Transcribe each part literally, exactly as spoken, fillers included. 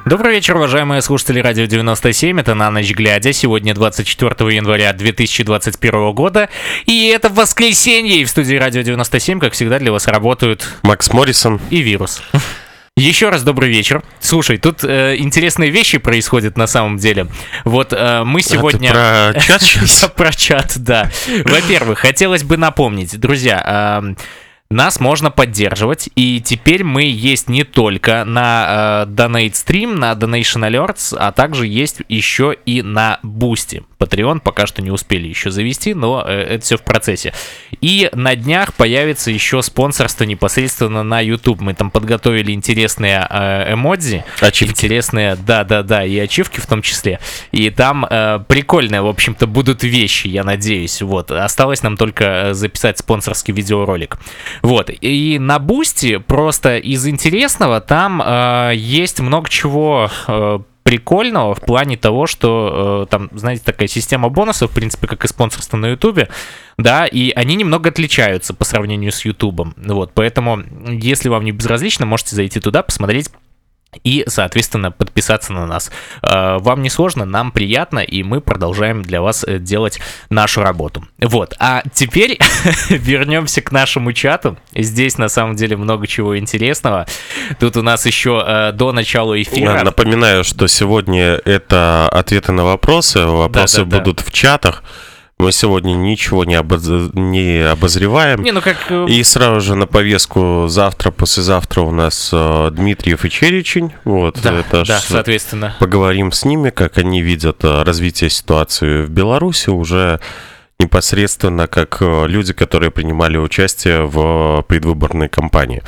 Добрый вечер, уважаемые слушатели Радио девяносто семь. Это «На ночь глядя». Сегодня двадцать четвёртого января две тысячи двадцать первого года. И это воскресенье. И в студии Радио девяносто семь, как всегда, для вас работают Макс Моррисон и Вирус. Еще раз добрый вечер. Слушай, тут э, интересные вещи происходят на самом деле. Вот э, мы сегодня... А ты про чат сейчас? Про чат, да. Во-первых, хотелось бы напомнить, друзья... Нас можно поддерживать, и теперь мы есть не только на э, Donate Stream, на Donation Alerts, а также есть еще и на Boosty. Patreon пока что не успели еще завести, но э, это все в процессе. И на днях появится еще спонсорство непосредственно на YouTube. Мы там подготовили интересные э, эмодзи. Ачивки. Интересные, да-да-да, и ачивки в том числе. И там э, прикольные, в общем-то, будут вещи, я надеюсь. Вот. Осталось нам только записать спонсорский видеоролик. Вот, и на Бусти просто из интересного там э, есть много чего э, прикольного в плане того, что э, там, знаете, такая система бонусов, в принципе, как и спонсорство на Ютубе, да, и они немного отличаются по сравнению с Ютубом, вот, поэтому, если вам не безразлично, можете зайти туда, посмотреть и, соответственно, подписаться на нас. Вам не сложно, нам приятно, и мы продолжаем для вас делать нашу работу. Вот, а теперь вернемся к нашему чату. Здесь, на самом деле, много чего интересного. Тут у нас еще до начала эфира... Напоминаю, что сегодня это ответы на вопросы. Вопросы да, да, будут да. в чатах. Мы сегодня ничего не, обоз... не обозреваем. Не, ну как... И сразу же на повестку завтра, послезавтра у нас э, Дмитриев и Черечень. Вот, да, это да, ж... соответственно. Поговорим с ними, как они видят развитие ситуации в Беларуси уже непосредственно как люди, которые принимали участие в предвыборной кампании.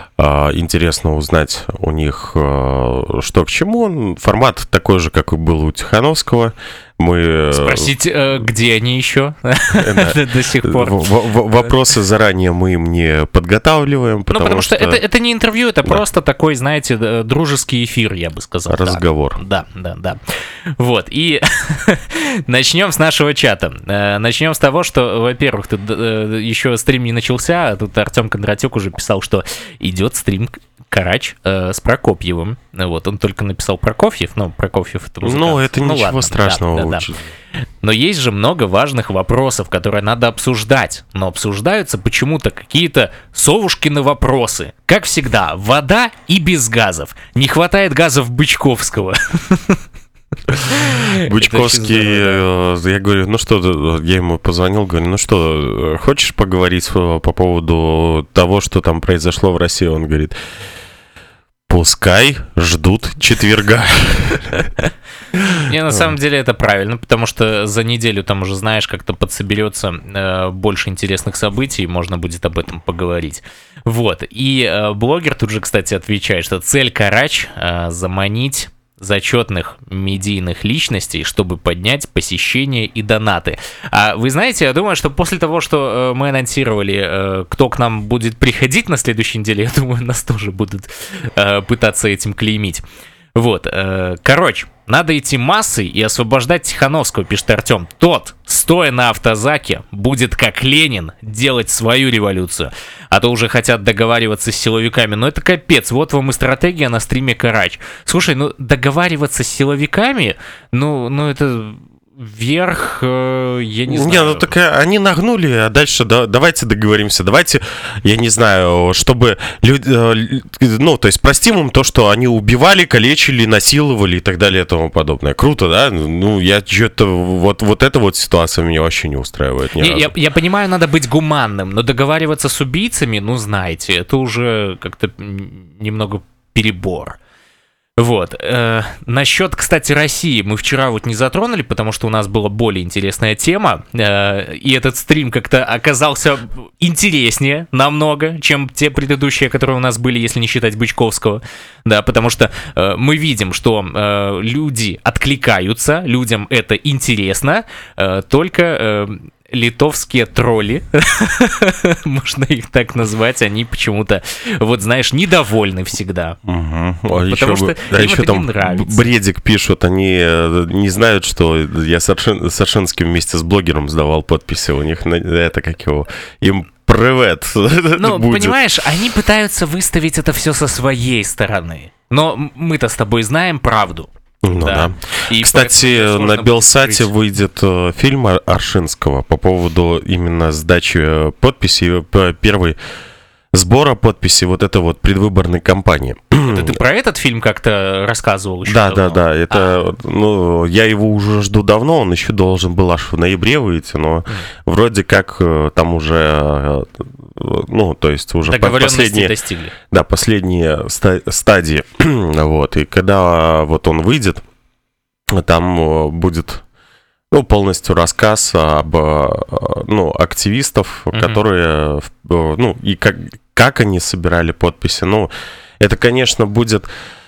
Интересно узнать у них, что к чему. Формат такой же, как и был у Тихановского. Мы... Спросить, где они еще до сих пор. Вопросы заранее мы им не подготавливаем, потому, ну, потому что, что... Это, это не интервью, это да. просто такой, знаете, дружеский эфир, я бы сказал. Разговор. Да, да, да. Вот, и начнем с нашего чата. Начнем с того, что, во-первых, тут еще стрим не начался, а тут Артем Кондратюк уже писал, что идет стрим Карач э, с Прокопьевым. Вот, он только написал Прокофьев, но Прокофьев это музыкант. Ну, это ну, ничего ладно, страшного. Да, да, да. Но есть же много важных вопросов, которые надо обсуждать. Но обсуждаются почему-то какие-то совушкины вопросы. Как всегда, вода и без газов. Не хватает газов Бычковского. Бычковский, я говорю, ну что, я ему позвонил, говорю, ну что, хочешь поговорить по поводу того, что там произошло в России? Он говорит, пускай ждут четверга. Не, на самом деле это правильно, потому что за неделю там уже, знаешь, как-то подсоберется э, больше интересных событий, и можно будет об этом поговорить. Вот, и э, блогер тут же, кстати, отвечает, что цель Карач э, заманить зачетных медийных личностей, чтобы поднять посещения и донаты. А вы знаете, я думаю, что после того, что э, мы анонсировали, э, кто к нам будет приходить на следующей неделе, я думаю, нас тоже будут э, пытаться этим клеймить. Вот, э, короче, надо идти массой и освобождать Тихановского, пишет Артем. Тот, стоя на автозаке, будет как Ленин делать свою революцию. А то уже хотят договариваться с силовиками. Но это капец, вот вам и стратегия на стриме Карач. Слушай, ну договариваться с силовиками, ну, ну это... Вверх, э, я не знаю. Не, ну так они нагнули, а дальше да, давайте договоримся. Давайте, я не знаю, чтобы люди, ну, то есть простим им то, что они убивали, калечили, насиловали и так далее и тому подобное. Круто, да? Ну, я что-то, вот, вот эта вот ситуация меня вообще не устраивает ни не, разу. Я, я понимаю, надо быть гуманным, но договариваться с убийцами, ну, знаете, это уже как-то немного перебор. Вот. Э, насчет, кстати, России мы вчера вот не затронули, потому что у нас была более интересная тема, э, и этот стрим как-то оказался интереснее намного, чем те предыдущие, которые у нас были, если не считать Бычковского, да, потому что э, мы видим, что э, люди откликаются, людям это интересно, э, только... Э, литовские тролли, можно их так назвать, они почему-то, вот знаешь, недовольны всегда. Угу. А Потому еще, что да, им еще это там не нравится. Бредик пишут, они не знают, что я с Аршинским вместе с блогером сдавал подписи, у них это как его, им Привет. Ну, будет. понимаешь, они пытаются выставить это все со своей стороны. Но мы-то с тобой знаем правду. Ну да. Да. И Кстати, поэтому на сложно Белсате будет выйдет э, фильм Ар- Аршинского по поводу именно сдачи э, подписей, э, первой сбора подписей вот этой вот предвыборной кампании. Это ты про этот фильм как-то рассказывал еще Да, да, давно? да. Это, ну, я его уже жду давно, он еще должен был аж в ноябре выйти, но вроде как э, там уже, э, ну, то есть уже по- Договоренности последние, достигли. да, последние ста- стадии, вот, и когда вот он выйдет, там э, будет, ну, полностью рассказ об, э, ну, активистов, Мгм. которые, э, ну, и как, как они собирали подписи, ну, это, конечно, будет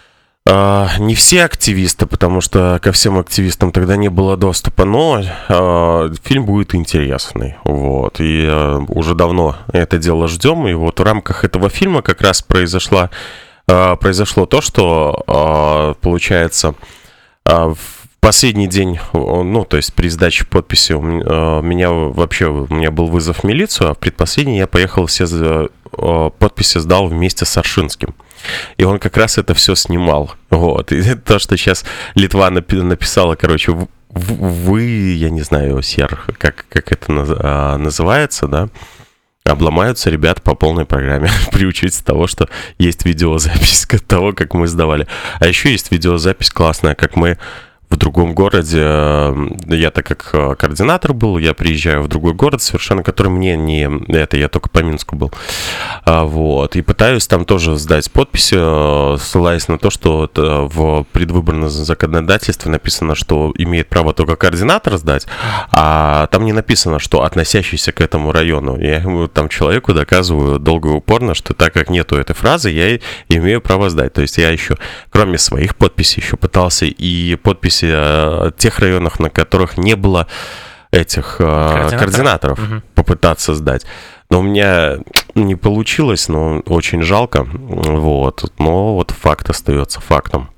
э, не все активисты, потому что ко всем активистам тогда не было доступа, но э, фильм будет интересный, вот, и э, уже давно это дело ждем, и вот в рамках этого фильма как раз произошла, э, произошло то, что, э, получается, э, в последний день, ну, то есть при сдаче подписи у м- э, меня вообще, у меня был вызов в милицию, а в предпоследний я поехал все за- э, подписи сдал вместе с Аршинским. И он как раз это все снимал. Вот. И то, что сейчас Литва напи- написала, короче, в- в- вы, я не знаю, Сер, как, как это наз- а, называется, да, обломаются ребята по полной программе при учете того, что есть видеозапись того, как мы сдавали. А еще есть видеозапись классная, как мы в другом городе, э, я так как э, координатор был, я приезжаю в другой город совершенно, который мне не это, я только по Минску был, А, вот, и пытаюсь там тоже сдать подписи, э, ссылаясь на то, что вот, э, в предвыборном законодательстве написано, что имеет право только координатор сдать, а там не написано, что относящийся к этому району. Я ему, там человеку доказываю долго и упорно, что так как нету этой фразы, я и имею право сдать. То есть я еще, кроме своих подписей, еще пытался и подписи э, тех районов, на которых не было этих э, Координаторов. координаторов, Мгм. попытаться сдать. Но у меня не получилось, но очень жалко. Вот. Но вот факт остается фактом.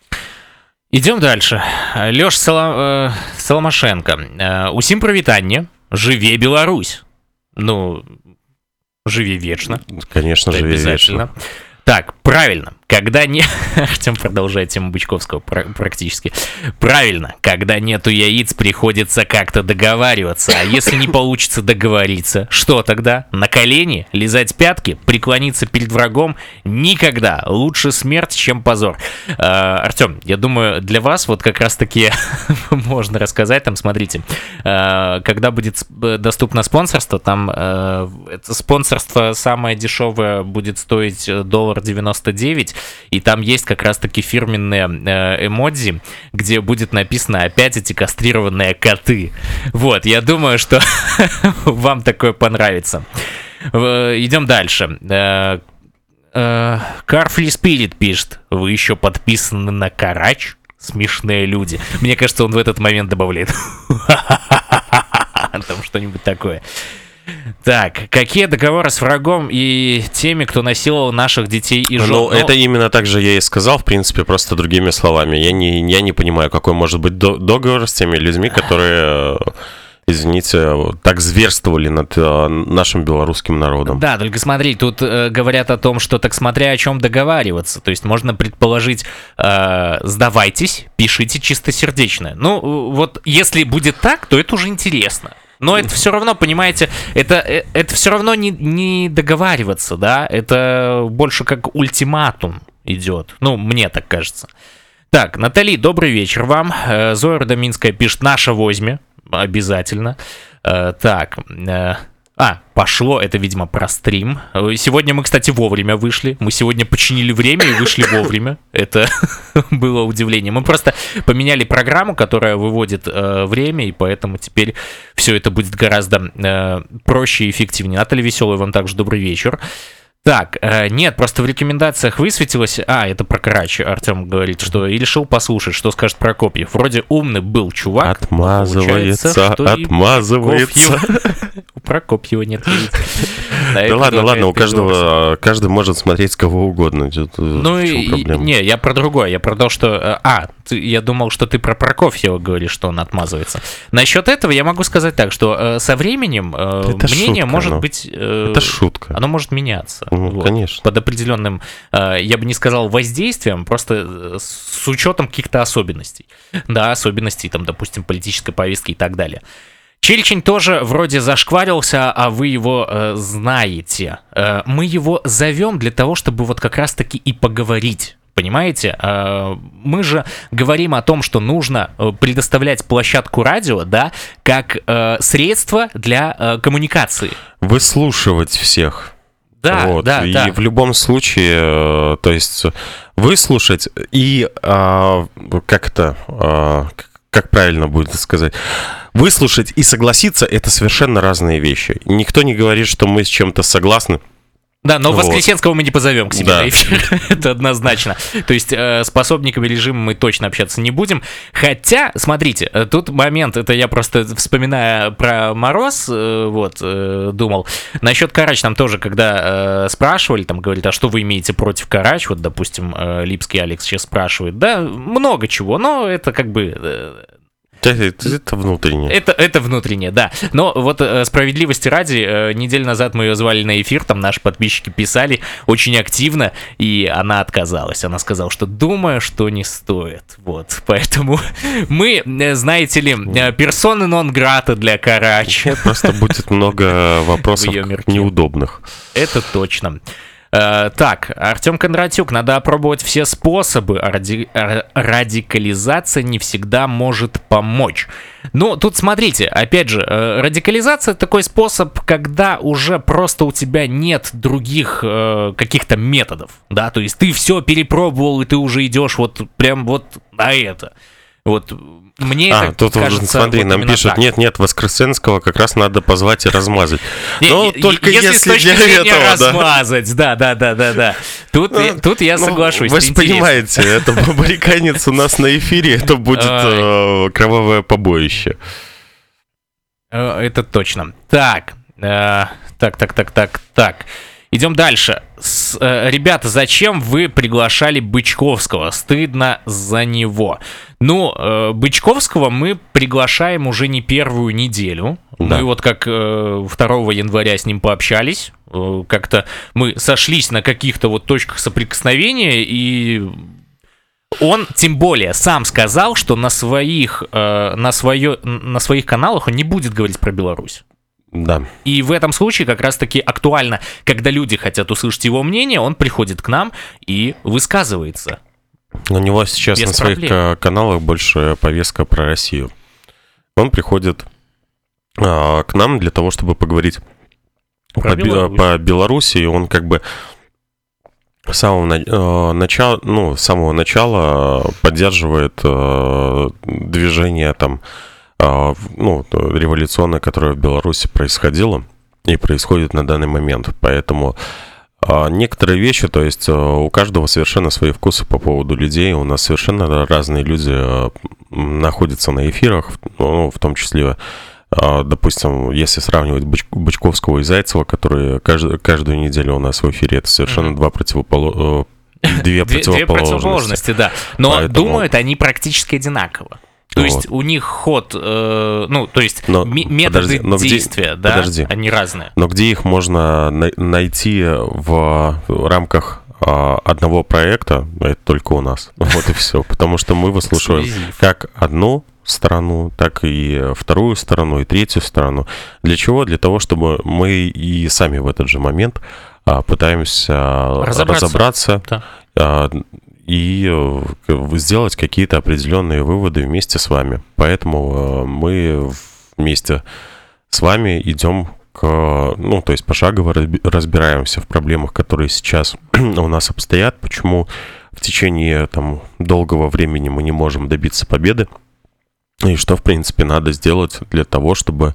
Идем дальше. Лёш Соло- э, Соломашенко. Э, Усім прывітанне. Жыве Беларусь. Ну, живи вечно. Конечно же, Обязательно. вечно. Так, правильно. Когда не... Артем продолжает тему Бычковского пра- практически. Правильно. Когда нету яиц, приходится как-то договариваться. А если не получится договориться, что тогда? На колени? Лизать пятки? Преклониться перед врагом? Никогда. Лучше смерть, чем позор. А, Артем, я думаю, для вас вот как раз-таки можно рассказать. Там, смотрите, а, когда будет сп- доступно спонсорство, там а, это спонсорство самое дешевое будет стоить доллар девяносто девять. И там есть как раз-таки фирменные э, эмодзи, где будет написано опять эти кастрированные коты. Вот, я думаю, что вам такое понравится. Э, Идем дальше. Э, э, Carfree Spirit пишет: вы еще подписаны на Карач? Смешные люди. Мне кажется, он в этот момент добавляет там что-нибудь такое. Так, какие договоры с врагом и теми, кто насиловал наших детей и жен? Ну, это именно так же я и сказал, в принципе, просто другими словами. Я не, я не понимаю, какой может быть до- договор с теми людьми, которые, э, извините, так зверствовали над э, нашим белорусским народом. Да, только смотри, тут э, говорят о том, что так смотря о чем договариваться. То есть можно предположить, э, сдавайтесь, пишите чистосердечно. Ну, вот если будет так, то это уже интересно. Но это все равно, понимаете, это, э, это все равно не, не договариваться, да? Это больше как ультиматум идет. Ну, мне так кажется. Так, Натали, добрый вечер вам. Э, Зоя Родоминская пишет: наша возьме. Обязательно. Э, так, э, а, пошло, это, видимо, про стрим. Э, Сегодня мы, кстати, вовремя вышли. Мы сегодня починили время и вышли вовремя. Это было удивление. Мы просто поменяли программу, которая выводит э, время, и поэтому теперь все это будет гораздо э, проще и эффективнее. Наталья Веселая, вам также добрый вечер. Так, э, нет, просто в рекомендациях высветилось... А, это про Карач. Артем говорит, что и решил послушать, что скажет Прокопьев. Вроде умный был чувак. Отмазывается, получается, что и отмазывается. Прокопьев Прокопьева нет. Да ладно, ладно, у каждого, каждый может смотреть кого угодно. Ну и, не, я про другое, я про то, что... А, я думал, что ты про Прокофьева говоришь, что он отмазывается. Насчет этого я могу сказать так, что со временем мнение может быть... Это шутка. Оно может меняться. Ну, конечно. Под определенным, я бы не сказал воздействием, просто с учетом каких-то особенностей. Да, особенностей, там, допустим, политической повестки и так далее. Чильчин тоже вроде зашкварился, а вы его э, знаете. Э, мы его зовем для того, чтобы вот как раз-таки и поговорить. Понимаете? Э, мы же говорим о том, что нужно предоставлять площадку радио, да, как э, средство для э, коммуникации. Выслушивать всех. Да, вот. да, и да. в любом случае, то есть выслушать и а, как-то, а, как правильно будет сказать, выслушать и согласиться — это совершенно разные вещи. Никто не говорит, что мы с чем-то согласны. Да, но вот. Воскресенского мы не позовем к себе да. на эфир, это однозначно. То есть э, с пособниками режима мы точно общаться не будем. Хотя, смотрите, тут момент, это я просто вспоминая про Мороз, э, вот, э, думал. Насчет Карач там тоже, когда э, спрашивали, там говорит, а что вы имеете против Карач? Вот, допустим, э, Липский Алекс сейчас спрашивает. Да, много чего, но это как бы... Э, Это, это внутреннее. Это, это внутреннее, да. Но вот э, справедливости ради, э, неделю назад мы ее звали на эфир, там наши подписчики писали очень активно, и она отказалась. Она сказала, что думаю, что не стоит. Вот, поэтому мы, э, знаете ли, э, персоны нон-грата для Карач. Просто будет много вопросов неудобных. Это точно. Uh, так, Артем Кондратюк, надо опробовать все способы, ради... радикализация не всегда может помочь. Ну, тут смотрите, опять же, uh, радикализация — такой способ, когда уже просто у тебя нет других uh, каких-то методов, да, то есть ты все перепробовал, и ты уже идешь вот прям вот на это. Вот мне а, это тут кажется, смотри, вот нам пишут, нет-нет, Воскресенского как раз надо позвать и размазать. Но только если, если с точки зрения этого, размазать, да, да, да, да, да. Тут, ну, тут я соглашусь. Ну, вы же понимаете, это бабариканец у нас на эфире, это будет э, кровавое побоище. Это точно. Так, э, так, так, так, так, так. Идем дальше. С, э, ребята, зачем вы приглашали Бычковского? Стыдно за него. Ну, э, Бычковского мы приглашаем уже не первую неделю. Да. Мы вот как э, второго января с ним пообщались. Э, как-то мы сошлись на каких-то вот точках соприкосновения, и он, тем более, сам сказал, что на своих, э, на, свое, на своих каналах он не будет говорить про Беларусь. Да. И в этом случае как раз-таки актуально, когда люди хотят услышать его мнение, он приходит к нам и высказывается. У него сейчас Без на своих проблем. каналах больше повестка про Россию. Он приходит а, к нам для того, чтобы поговорить про по, Беларусь. по Беларуси. И он как бы с самого, э, начала, ну, с самого начала поддерживает э, движение там, ну, революционное, которое в Беларуси происходило и происходит на данный момент. Поэтому некоторые вещи, то есть у каждого совершенно свои вкусы по поводу людей. У нас совершенно разные люди находятся на эфирах, ну, в том числе, допустим, если сравнивать Бычковского и Зайцева, которые каждую, каждую неделю у нас в эфире, это совершенно mm-hmm. два противоположных. Две, две, две противоположности, да. Но Поэтому... думают они практически одинаково. То вот. есть у них ход, э, ну, то есть но, м- методы подожди, действия, где, да, подожди. Они разные. Но где их можно на- найти в рамках а, одного проекта, это только у нас. Вот и все. Потому что мы выслушиваем как одну сторону, так и вторую сторону, и третью сторону. Для чего? Для того, чтобы мы и сами в этот же момент а, пытаемся разобраться, разобраться да. а, и сделать какие-то определенные выводы вместе с вами. Поэтому мы вместе с вами идем к, ну, то есть пошагово разбираемся в проблемах, которые сейчас у нас обстоят, почему в течение там долгого времени мы не можем добиться победы, и что, в принципе, надо сделать для того, чтобы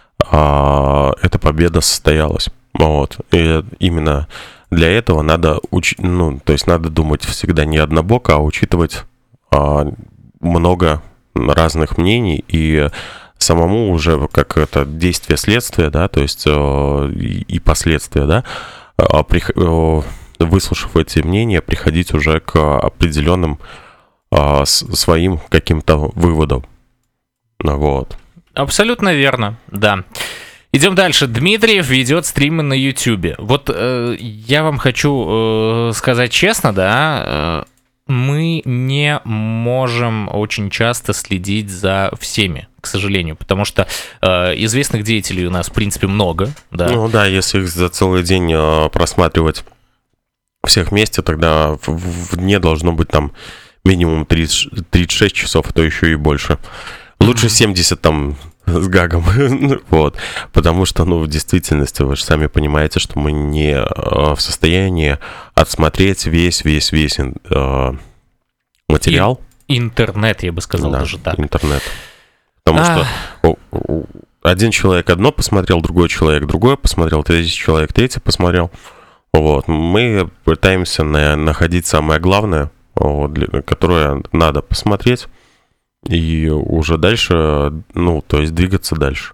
а, эта победа состоялась. Вот. И именно для этого надо уч... ну, то есть надо думать всегда не однобоко, а учитывать а, много разных мнений и самому уже как это действие следствия, да, то есть э, и последствия, да, э, прих, э, выслушав эти мнения, приходить уже к определенным э, своим каким-то выводам. Вот. Абсолютно верно, да. Идем дальше. Дмитриев ведет стримы на Ютубе. Вот э, я вам хочу э, сказать честно, да, э, мы не можем очень часто следить за всеми, к сожалению, потому что э, известных деятелей у нас, в принципе, много. Да. Ну да, если их за целый день э, просматривать всех вместе, тогда в, в дне должно быть там минимум тридцать, тридцать шесть часов, а то еще и больше. Лучше семьдесят там с гагом, вот, потому что, ну, в действительности, вы же сами понимаете, что мы не э, в состоянии отсмотреть весь-весь-весь э, материал. И интернет, я бы сказал, да, даже так. Интернет. Потому что о, о, один человек одно посмотрел, другой человек другое посмотрел, третий человек третье посмотрел. Вот, мы пытаемся на, находить самое главное, вот, для, которое надо посмотреть. И уже дальше, ну, то есть двигаться дальше.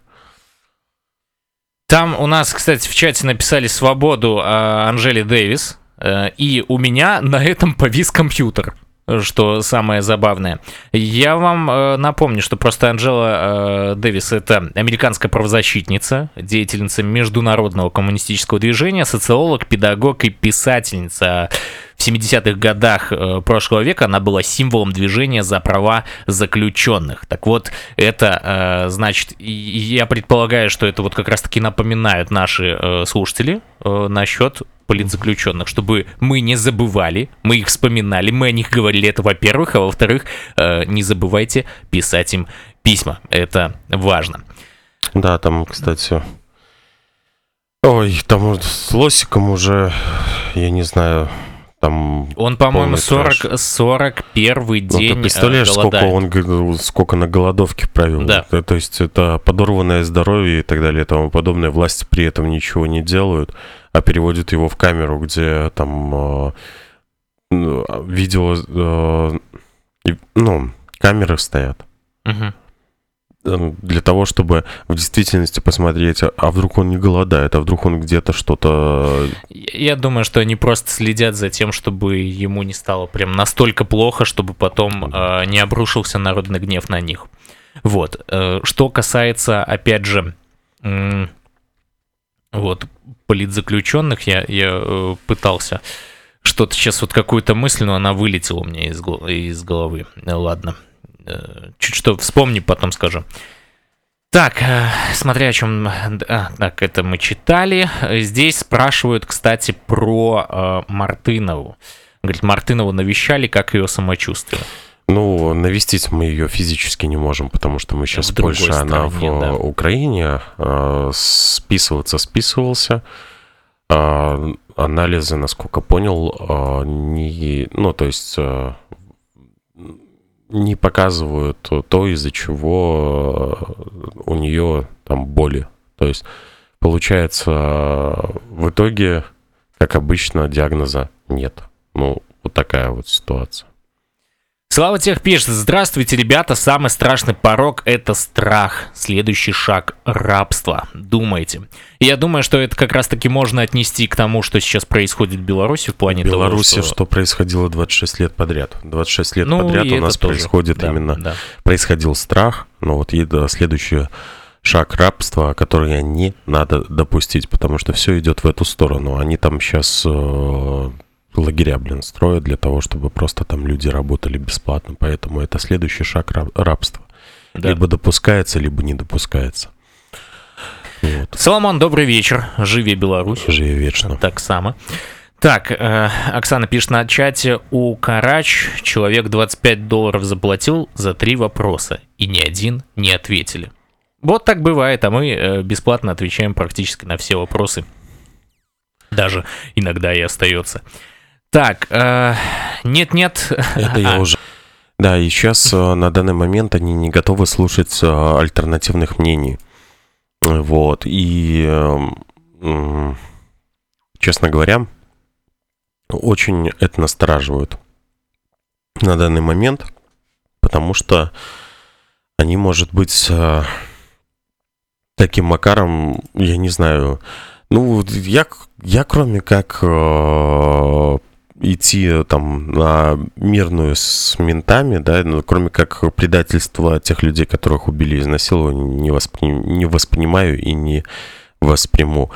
Там у нас, кстати, в чате написали свободу э, Анжели Дэвис, э, и у меня на этом повис компьютер, что самое забавное. Я вам э, напомню, что просто Анжела э, Дэвис — это американская правозащитница, деятельница международного коммунистического движения, социолог, педагог и писательница. В семидесятых годах э, прошлого века она была символом движения за права заключенных. Так вот, это э, значит, и, и я предполагаю, что это вот как раз-таки напоминают наши э, слушатели э, насчет политзаключенных, чтобы мы не забывали, мы их вспоминали, мы о них говорили, это во-первых, а во-вторых, э, не забывайте писать им письма, это важно. Да, там, кстати, ой, там с Лосиком уже, я не знаю... Там он, по-моему, сорок, сорок первый день. Ну, ты представляешь, сколько он сколько на голодовке провел. Да. Это, то есть это подорванное здоровье и так далее и тому подобное. Власти при этом ничего не делают, а переводят его в камеру, где там э, видео, э, ну, камеры стоят. Угу. Для того, чтобы в действительности посмотреть, а вдруг он не голодает, а вдруг он где-то что-то... Я думаю, что они просто следят за тем, чтобы ему не стало прям настолько плохо, чтобы потом э, не обрушился народный гнев на них. Вот. Э, что касается, опять же, э, вот, политзаключенных, я, я э, пытался что-то сейчас, вот какую-то мысль, но она вылетела у меня из, из головы. Ладно. Чуть что вспомни, потом скажу. Так, смотря о чем... А, так, это мы читали. Здесь спрашивают, кстати, про э, Мартынову. Говорит, Мартынову навещали, как ее самочувствие? Ну, навестить мы ее физически не можем, потому что мы сейчас в Польше, она в да. Украине. Э, списываться списывался. Э, анализы, насколько понял, э, не... Ну, то есть... Э, не показывают то, из-за чего у нее там боли. То есть, получается, в итоге, как обычно, диагноза нет. Ну, вот такая вот ситуация. Слава Тех пишет: здравствуйте, ребята, самый страшный порок — это страх. Следующий шаг — рабство. Думайте. И я думаю, что это как раз-таки можно отнести к тому, что сейчас происходит в Беларуси в плане в Беларуси, того, что... что происходило двадцать шесть лет подряд. двадцать шесть лет ну, подряд у нас тоже. происходит да, именно... Да. Происходил страх, но вот и следующий шаг рабства, который не надо допустить, потому что все идет в эту сторону. Они там сейчас... лагеря, блин, строят для того, чтобы просто там люди работали бесплатно. Поэтому это следующий шаг рабства. Да. Либо допускается, либо не допускается. Вот. Соломон, добрый вечер. Живи Беларусь. Живи вечно. Так само. Так, э, Оксана пишет на чате: у Карач человек двадцать пять долларов заплатил за три вопроса, и ни один не ответили. Вот так бывает, а мы э, бесплатно отвечаем практически на все вопросы. Даже иногда и остается. Так, э, нет-нет. Это я а. уже... Да, и сейчас на данный момент они не готовы слушать альтернативных мнений. Вот, и, честно говоря, очень это настораживает на данный момент, потому что они, может быть, таким макаром, я не знаю, ну, я, я кроме как э, идти там на мирную с ментами, да, ну, кроме как предательства тех людей, которых убили, изнасиловали, не, воспри... не воспринимаю и не восприму.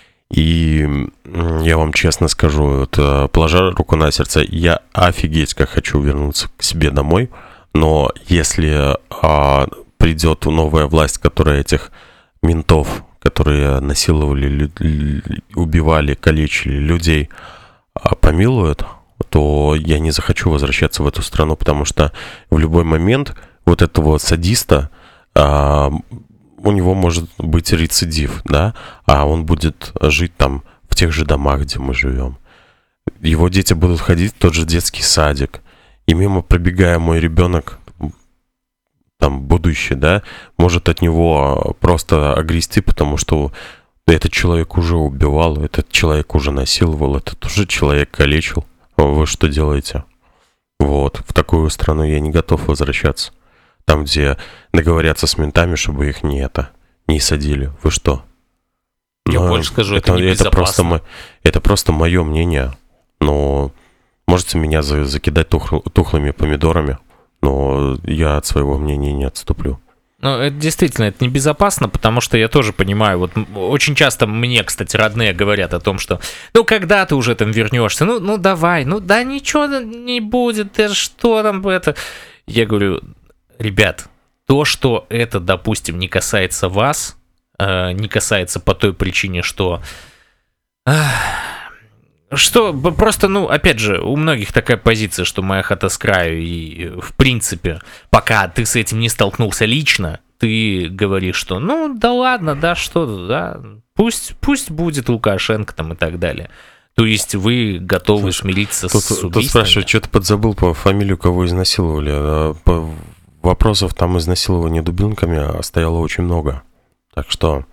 И я вам честно скажу, вот, положа руку на сердце, я офигеть как хочу вернуться к себе домой, но если а, придет новая власть, которая этих ментов, которые насиловали, убивали, калечили людей, помилует, то я не захочу возвращаться в эту страну, потому что в любой момент вот этого садиста а, у него может быть рецидив, да, а он будет жить там в тех же домах, где мы живем. Его дети будут ходить в тот же детский садик, и мимо пробегая мой ребенок, там, будущее, да, может от него просто огрести, потому что этот человек уже убивал, этот человек уже насиловал, этот уже человек калечил. Вы что делаете? Вот, в такую страну я не готов возвращаться. Там, где договорятся с ментами, чтобы их не это, не садили. Вы что? Я Но больше скажу, это, это небезопасно. Это просто, это просто мое мнение. Но можете меня закидать тухл, тухлыми помидорами, но я от своего мнения не отступлю. Ну, это действительно, это небезопасно, потому что я тоже понимаю, вот очень часто мне, кстати, родные говорят о том, что ну, когда ты уже там вернешься, ну, ну давай, ну да ничего не будет, ты что там это... Я говорю, ребят, то, что это, допустим, не касается вас, э, не касается по той причине, что... Э, Что, просто, ну, опять же, у многих такая позиция, что моя хата с краю, и, в принципе, пока ты с этим не столкнулся лично, ты говоришь, что, ну, да ладно, да, что, да, пусть, пусть будет Лукашенко там и так далее. То есть вы готовы Слушай, смириться тут, с убийствами? Тут спрашивают, что ты подзабыл по фамилию, кого изнасиловали. По вопросов там изнасилования дубинками стояло очень много. Так что...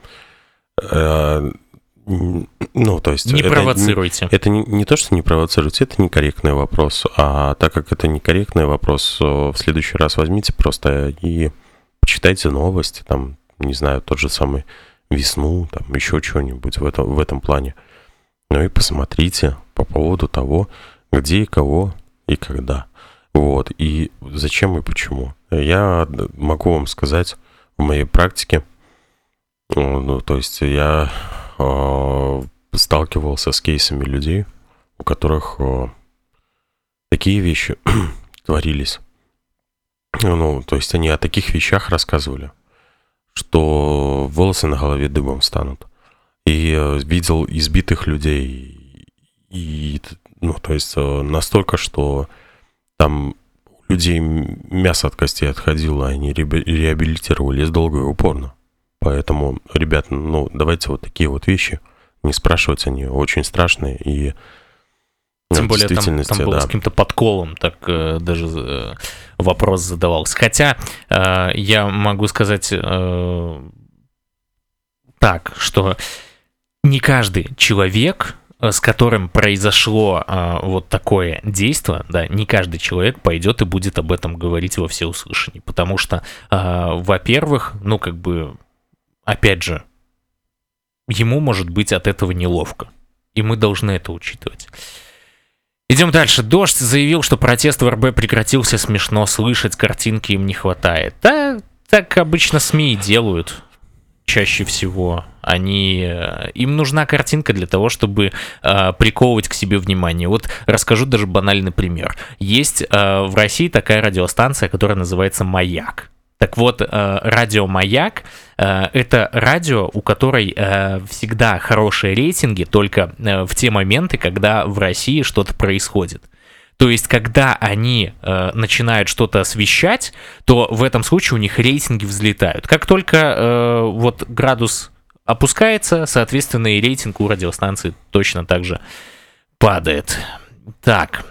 Э Ну, то есть... Не это провоцируйте. Не, это не, не то, что не провоцируйте, это некорректный вопрос. А так как это некорректный вопрос, в следующий раз возьмите просто и почитайте новости, там, не знаю, тот же самый «Весну», там, еще что-нибудь в этом, в этом плане. Ну и посмотрите по поводу того, где и кого и когда. Вот. И зачем и почему. Я могу вам сказать в моей практике, ну, то есть я... сталкивался с кейсами людей, у которых такие вещи творились. Ну, то есть они о таких вещах рассказывали, что волосы на голове дыбом станут. И видел избитых людей. И, ну, то есть настолько, что там у людей мясо от костей отходило, они реабилитировались долго и упорно. Поэтому, ребят, ну, давайте вот такие вот вещи не спрашивать, они очень страшные. И тем более там, там было да. с каким-то подколом, так э, даже э, вопрос задавался. Хотя э, я могу сказать э, так, что не каждый человек, с которым произошло э, вот такое действие, да, не каждый человек пойдет и будет об этом говорить во всеуслышание. Потому что, э, во-первых, ну, как бы... Опять же, ему может быть от этого неловко. И мы должны это учитывать. Идем дальше. Дождь заявил, что протест в эр бэ прекратился. Смешно слышать, картинки им не хватает. Да, так обычно СМИ и делают. Чаще всего. Они... Им нужна картинка для того, чтобы э, приковывать к себе внимание. Вот расскажу даже банальный пример. Есть э, в России такая радиостанция, которая называется «Маяк». Так вот, радио «Маяк» — это радио, у которой всегда хорошие рейтинги только в те моменты, когда в России что-то происходит. То есть, когда они начинают что-то освещать, то в этом случае у них рейтинги взлетают. Как только вот градус опускается, соответственно, и рейтинг у радиостанции точно так же падает. Так...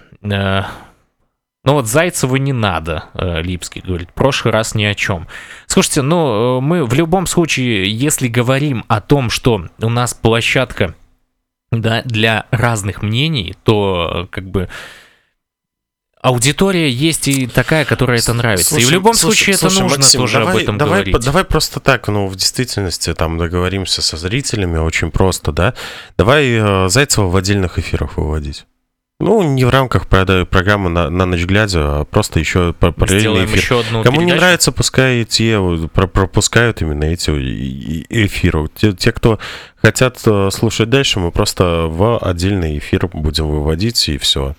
Ну вот Зайцеву не надо, Липский говорит, в прошлый раз ни о чем. Слушайте, ну мы в любом случае, если говорим о том, что у нас площадка, да, для разных мнений, то как бы аудитория есть и такая, которая это нравится. Слушай, и в любом слушай, случае слушай, это нужно Максим, тоже давай, об этом давай, говорить. Давай просто так, ну, в действительности там договоримся со зрителями очень просто, да? Давай э, Зайцева в отдельных эфирах выводить. Ну, не в рамках программы на, на ночь глядя, а просто еще параллельный эфир. Еще одну Кому передачу? Не нравится, пускай те пропускают именно эти эфиры. Те, те, кто хотят слушать дальше, мы просто в отдельный эфир будем выводить, и все.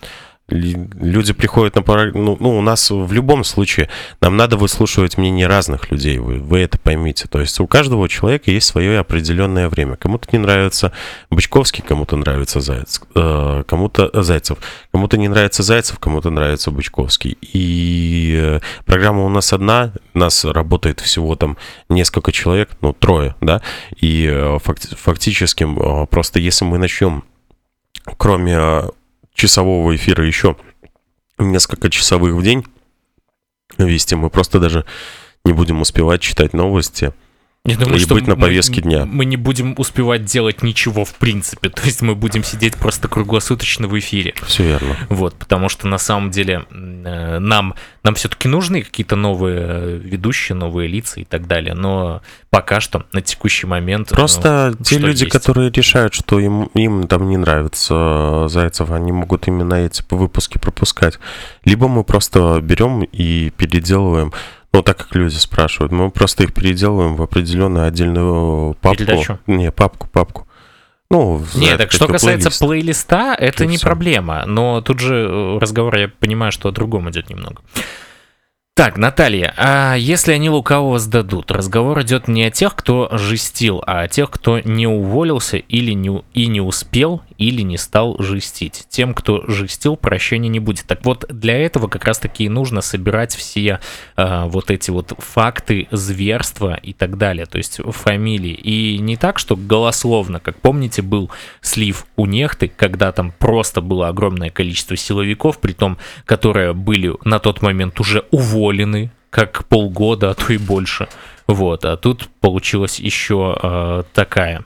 Люди приходят на... Ну, ну, у нас в любом случае нам надо выслушивать мнение разных людей, вы, вы это поймите. То есть у каждого человека есть свое определенное время. Кому-то не нравится Бычковский, кому-то нравится Заяц, э, кому-то Зайцев. Кому-то не нравится Зайцев, кому-то нравится Бычковский. И э, программа у нас одна, у нас работает всего там несколько человек, ну, трое, да, и э, факти- фактически э, просто если мы начнем, кроме... Э, часового эфира еще несколько часовых в день вести, мы просто даже не будем успевать читать новости. Я думаю, и что быть на повестке мы, дня. Мы не будем успевать делать ничего в принципе. То есть мы будем сидеть просто круглосуточно в эфире. Все верно. Вот, потому что на самом деле э, нам, нам все-таки нужны какие-то новые ведущие, новые лица и так далее. Но пока что на текущий момент... Просто ну, те люди, есть. которые решают, что им, им там не нравится Зайцев, они могут именно эти выпуски пропускать. Либо мы просто берем и переделываем... Ну, так как люди спрашивают, мы просто их переделываем в определенную отдельную папку. Передачу? Не, папку, папку. Ну, Нет, так что касается плейлист. плейлиста, это И не все. Проблема. Но тут же разговор, я понимаю, что о другом идет немного. Так, Наталья, а если они лукавого сдадут, разговор идет не о тех, кто жестил, а о тех, кто не уволился или не, и не успел, или не стал жестить. Тем, кто жестил, прощения не будет. Так вот, для этого как раз-таки и нужно собирать все а, вот эти вот факты зверства и так далее, то есть фамилии. И не так, что голословно, как помните, был слив у Нехты, когда там просто было огромное количество силовиков, притом, которые были на тот момент уже уволены, как полгода, а то и больше. Вот, а тут получилась еще э, такая.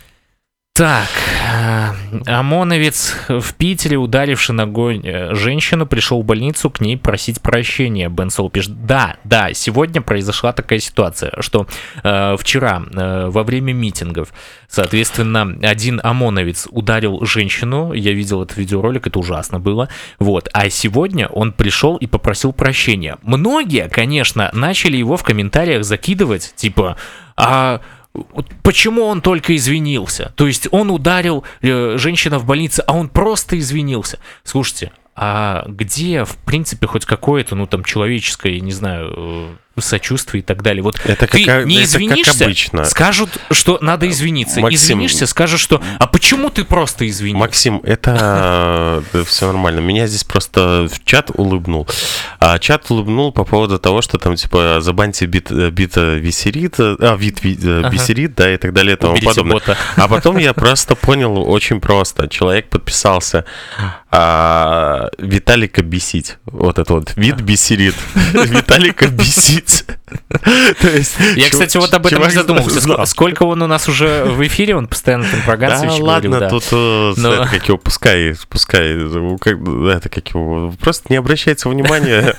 Так, ОМОНовец в Питере, ударивший ногой женщину, пришел в больницу к ней просить прощения. Бен Сол пишет, да, да, сегодня произошла такая ситуация, что э, вчера э, во время митингов, соответственно, один ОМОНовец ударил женщину, я видел этот видеоролик, это ужасно было, вот, а сегодня он пришел и попросил прощения. Многие, конечно, начали его в комментариях закидывать, типа, а... почему он только извинился? То есть он ударил э, женщину в больнице, а он просто извинился. Слушайте, а где, в принципе, хоть какое-то, ну, там, человеческое, я не знаю, э, сочувствие и так далее? Вот это ты как, не извинишься, это как обычно. Скажут, что надо извиниться. Максим, извинишься, скажешь, что а почему ты просто извинился? Максим, это все нормально. Меня здесь просто в чат улыбнул. А чат улыбнул по поводу того, что там, типа, забаньте бит, бита висерит, а, вид бисерит, ага. да, и так далее, и тому Уберите подобное. бота. А потом я просто понял очень просто. Человек подписался а, Виталика бесить. Вот это вот. Вид бисерит. Виталика бесить. Я, кстати, вот об этом не задумался. Сколько он у нас уже в эфире, он постоянно там про Ганцевича говорил. Да ладно, тут, как его, пускай, пускай, это как его, просто не обращайте внимания.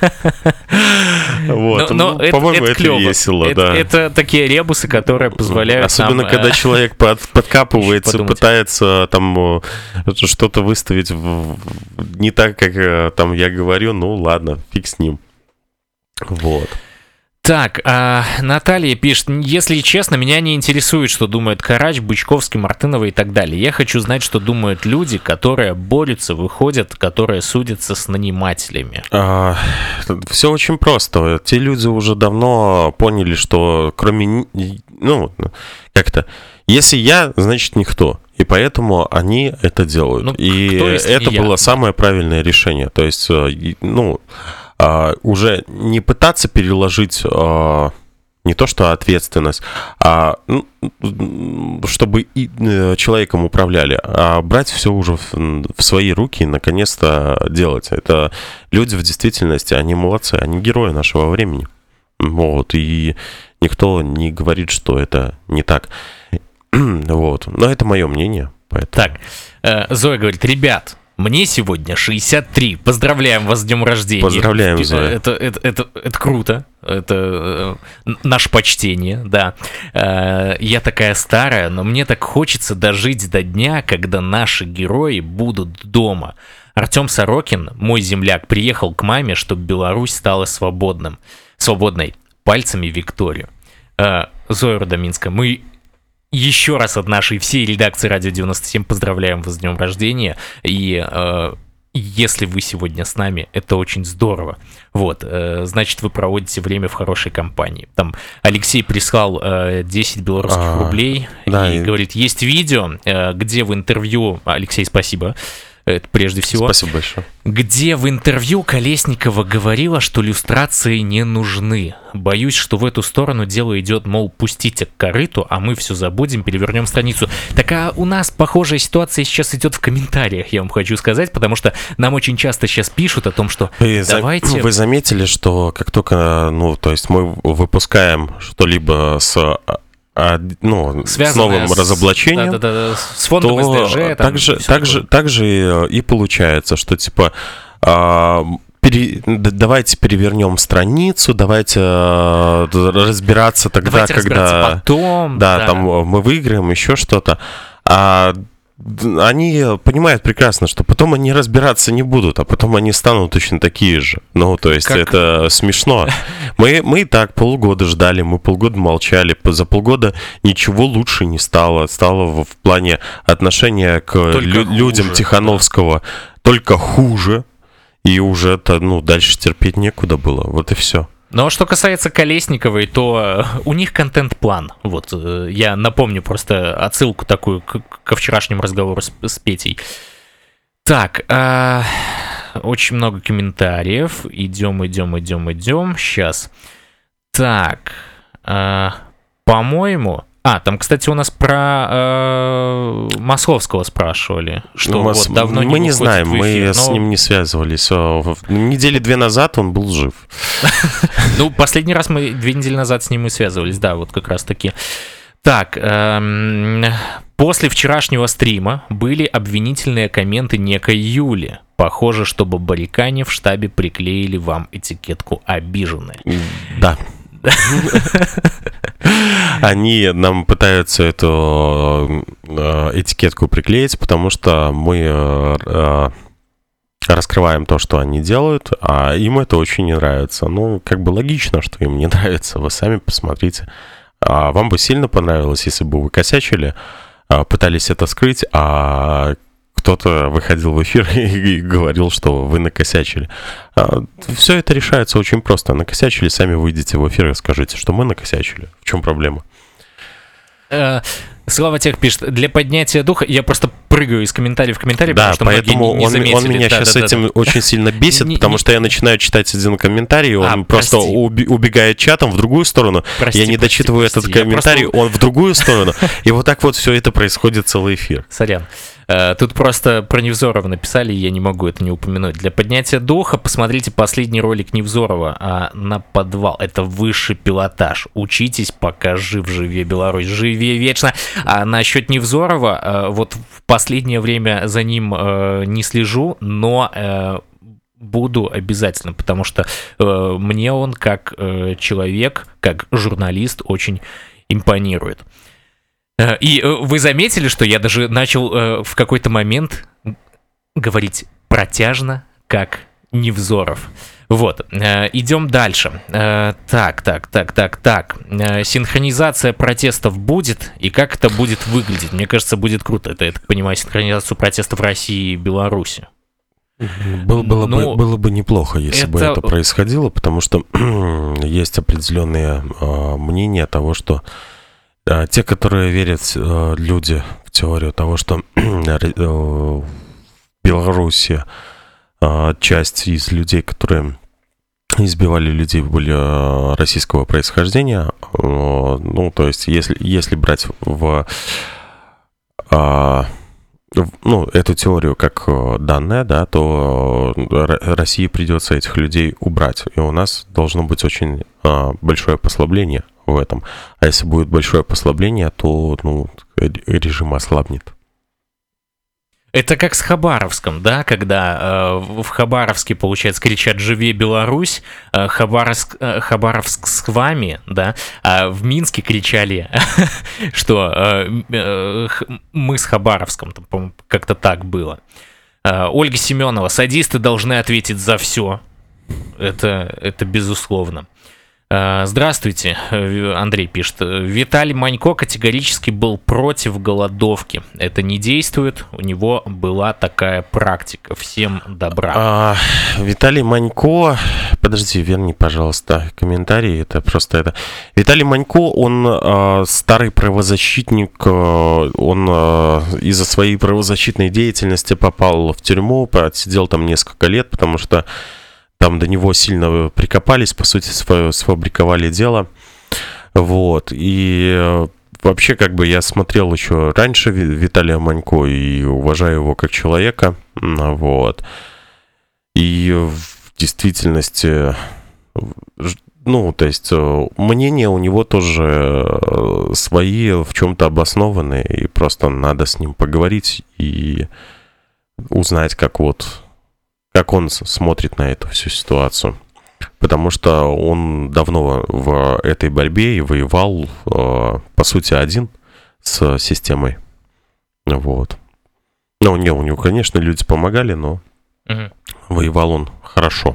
Вот, по-моему, это весело, да. Это такие ребусы, которые позволяют. Особенно, когда человек подкапывается, пытается там что-то выставить не так, как там я говорю, ну ладно, фиг с ним. Вот. Так, а, Наталья пишет, если честно, меня не интересует, что думает Карач, Бычковский, Мартынова и так далее. Я хочу знать, что думают люди, которые борются, выходят, которые судятся с нанимателями. А, все очень просто. Те люди уже давно поняли, что кроме... Ну, как-то... Если я, значит никто. И поэтому они это делают. Ну, и кто, это было я? самое правильное решение. То есть, ну... Uh, уже не пытаться переложить uh, не то что ответственность, а ну, чтобы и, uh, человеком управляли, а брать все уже в, в свои руки и наконец-то делать. Это люди в действительности, они молодцы, они герои нашего времени. Вот, и никто не говорит, что это не так. Вот, но это мое мнение. Поэтому... Так, э, Зоя говорит, ребят, Мне сегодня шестьдесят три. Поздравляем вас с днем рождения. Поздравляем, Зоя. Это, это, это, это круто. Это э, наше почтение, да. Э, я такая старая, но мне так хочется дожить до дня, когда наши герои будут дома. Артем Сорокин, мой земляк, приехал к маме, чтобы Беларусь стала свободным, свободной. Пальцами Викторию. Э, Зоя Рудоминская, мы еще раз от нашей всей редакции Радио девяносто семь поздравляем вас с днем рождения. И э, если вы сегодня с нами, это очень здорово. Вот, э, значит, вы проводите время в хорошей компании. Там Алексей прислал э, десять белорусских а, рублей да, и, и говорит, есть видео, э, где в интервью... Алексей, спасибо. Это прежде всего. Спасибо большое. Где в интервью Колесникова говорила, что люстрации не нужны. Боюсь, что в эту сторону дело идет, мол, пустите к корыту, а мы все забудем, перевернем страницу. Так а у нас похожая ситуация сейчас идет в комментариях, я вам хочу сказать, потому что нам очень часто сейчас пишут о том, что вы давайте... За... Вы заметили, что как только, ну, то есть мы выпускаем что-либо с... А, ну, с новым с, разоблачением, да, да, да, с фондом то эс дэ жэ, так, же, так, же, так же и получается, что типа а, пере, давайте перевернем страницу, давайте а, разбираться тогда, давайте когда разбираться потом, да, да, там мы выиграем, еще что-то. А они понимают прекрасно, что потом они разбираться не будут, а потом они станут точно такие же. Ну, то есть как... это смешно. Мы, мы и так полгода ждали, мы полгода молчали. За полгода ничего лучше не стало. Стало в, в плане отношения к лю- людям Тихановского да. только хуже. И уже это, ну, дальше терпеть некуда было. Вот и все. Но что касается Колесниковой, то у них контент-план. Вот, я напомню просто отсылку такую к, ко вчерашнему разговору с, с Петей. Так, э, очень много комментариев. Идем, идем, идем, идем. Сейчас. Так, э, по-моему... А, там, кстати, у нас про э, Масловского спрашивали, что Мас... вот давно мы не не знаем, в эфир, мы но... с ним не связывались. Недели две назад он был жив. Ну, последний раз мы две недели назад с ним и связывались, да, вот как раз таки. Так, после вчерашнего стрима были обвинительные комменты некой Юли. Похоже, что Бабарикане в штабе приклеили вам этикетку «обиженные». Да. Они нам пытаются эту этикетку приклеить, потому что мы раскрываем то, что они делают, а им это очень не нравится. Ну, как бы логично, что им не нравится. Вы сами посмотрите. А вам бы сильно понравилось, если бы вы косячили, пытались это скрыть, а кто-то выходил в эфир и говорил, что вы накосячили. Все это решается очень просто. Накосячили, сами выйдете в эфир и скажите, что мы накосячили. В чем проблема? Слава Тех пишет, для поднятия духа, я просто прыгаю из комментария в комментарий, да, потому что поэтому многие не, не он, заметили. он меня да, сейчас да, этим да, очень да. сильно бесит, не, потому не, что я начинаю читать один комментарий, он а, просто уби- убегает чатом в другую сторону, прости, я не прости, дочитываю прости, этот комментарий, просто... он в другую сторону, и вот так вот все это происходит целый эфир. Сорян. Тут просто про Невзорова написали, я не могу это не упомянуть. Для поднятия духа посмотрите последний ролик Невзорова а, на подвал. Это высший пилотаж. Учитесь, пока жив, живе Беларусь, живе вечно. А насчет Невзорова, а, вот в последнее время за ним а, не слежу, но а, буду обязательно, потому что а, мне он как а, человек, как журналист очень импонирует. И вы заметили, что я даже начал э, в какой-то момент говорить протяжно, как Невзоров. Вот, э, идем дальше. Э, так, так, так, так, так. Э, синхронизация протестов будет, и как это будет выглядеть? Мне кажется, будет круто. Это, я так понимаю, синхронизацию протестов России и Беларуси. Было, было, ну, бы, было бы неплохо, если это... бы это происходило, потому что есть определенные э, мнения того, что те, которые верят, люди, в теорию того, что в Беларуси часть из людей, которые избивали людей, были российского происхождения, ну, то есть, если, если брать в, ну, эту теорию как данная, да, то России придется этих людей убрать, и у нас должно быть очень большое послабление в этом. А если будет большое послабление, то, ну, режим ослабнет. Это как с Хабаровском, да, когда э, в Хабаровске, получается, кричат «Живи Беларусь», э, Хабаровск, э, Хабаровск с вами, да, а в Минске кричали, что э, э, мы с Хабаровском, там, по-моему, как-то так было. Э, Ольга Семенова: садисты должны ответить за все. Это, это безусловно. Здравствуйте, Андрей пишет. Виталий Манько категорически был против голодовки. Это не действует, у него была такая практика. Всем добра. А, Виталий Манько... Подожди, верни, пожалуйста, комментарий. Это просто это... Виталий Манько, он а, старый правозащитник. Он а, из-за своей правозащитной деятельности попал в тюрьму, отсидел там несколько лет, потому что там до него сильно прикопались, по сути, сфабриковали дело. Вот. И вообще, как бы, я смотрел еще раньше Виталия Манько и уважаю его как человека. Вот. И в действительности, ну, то есть, мнения у него тоже свои, в чем-то обоснованные. И просто надо с ним поговорить и узнать, как вот... как он смотрит на эту всю ситуацию. Потому что он давно в этой борьбе и воевал, по сути, один с системой. Вот. Ну, не, у него, конечно, люди помогали, но угу. Воевал он хорошо.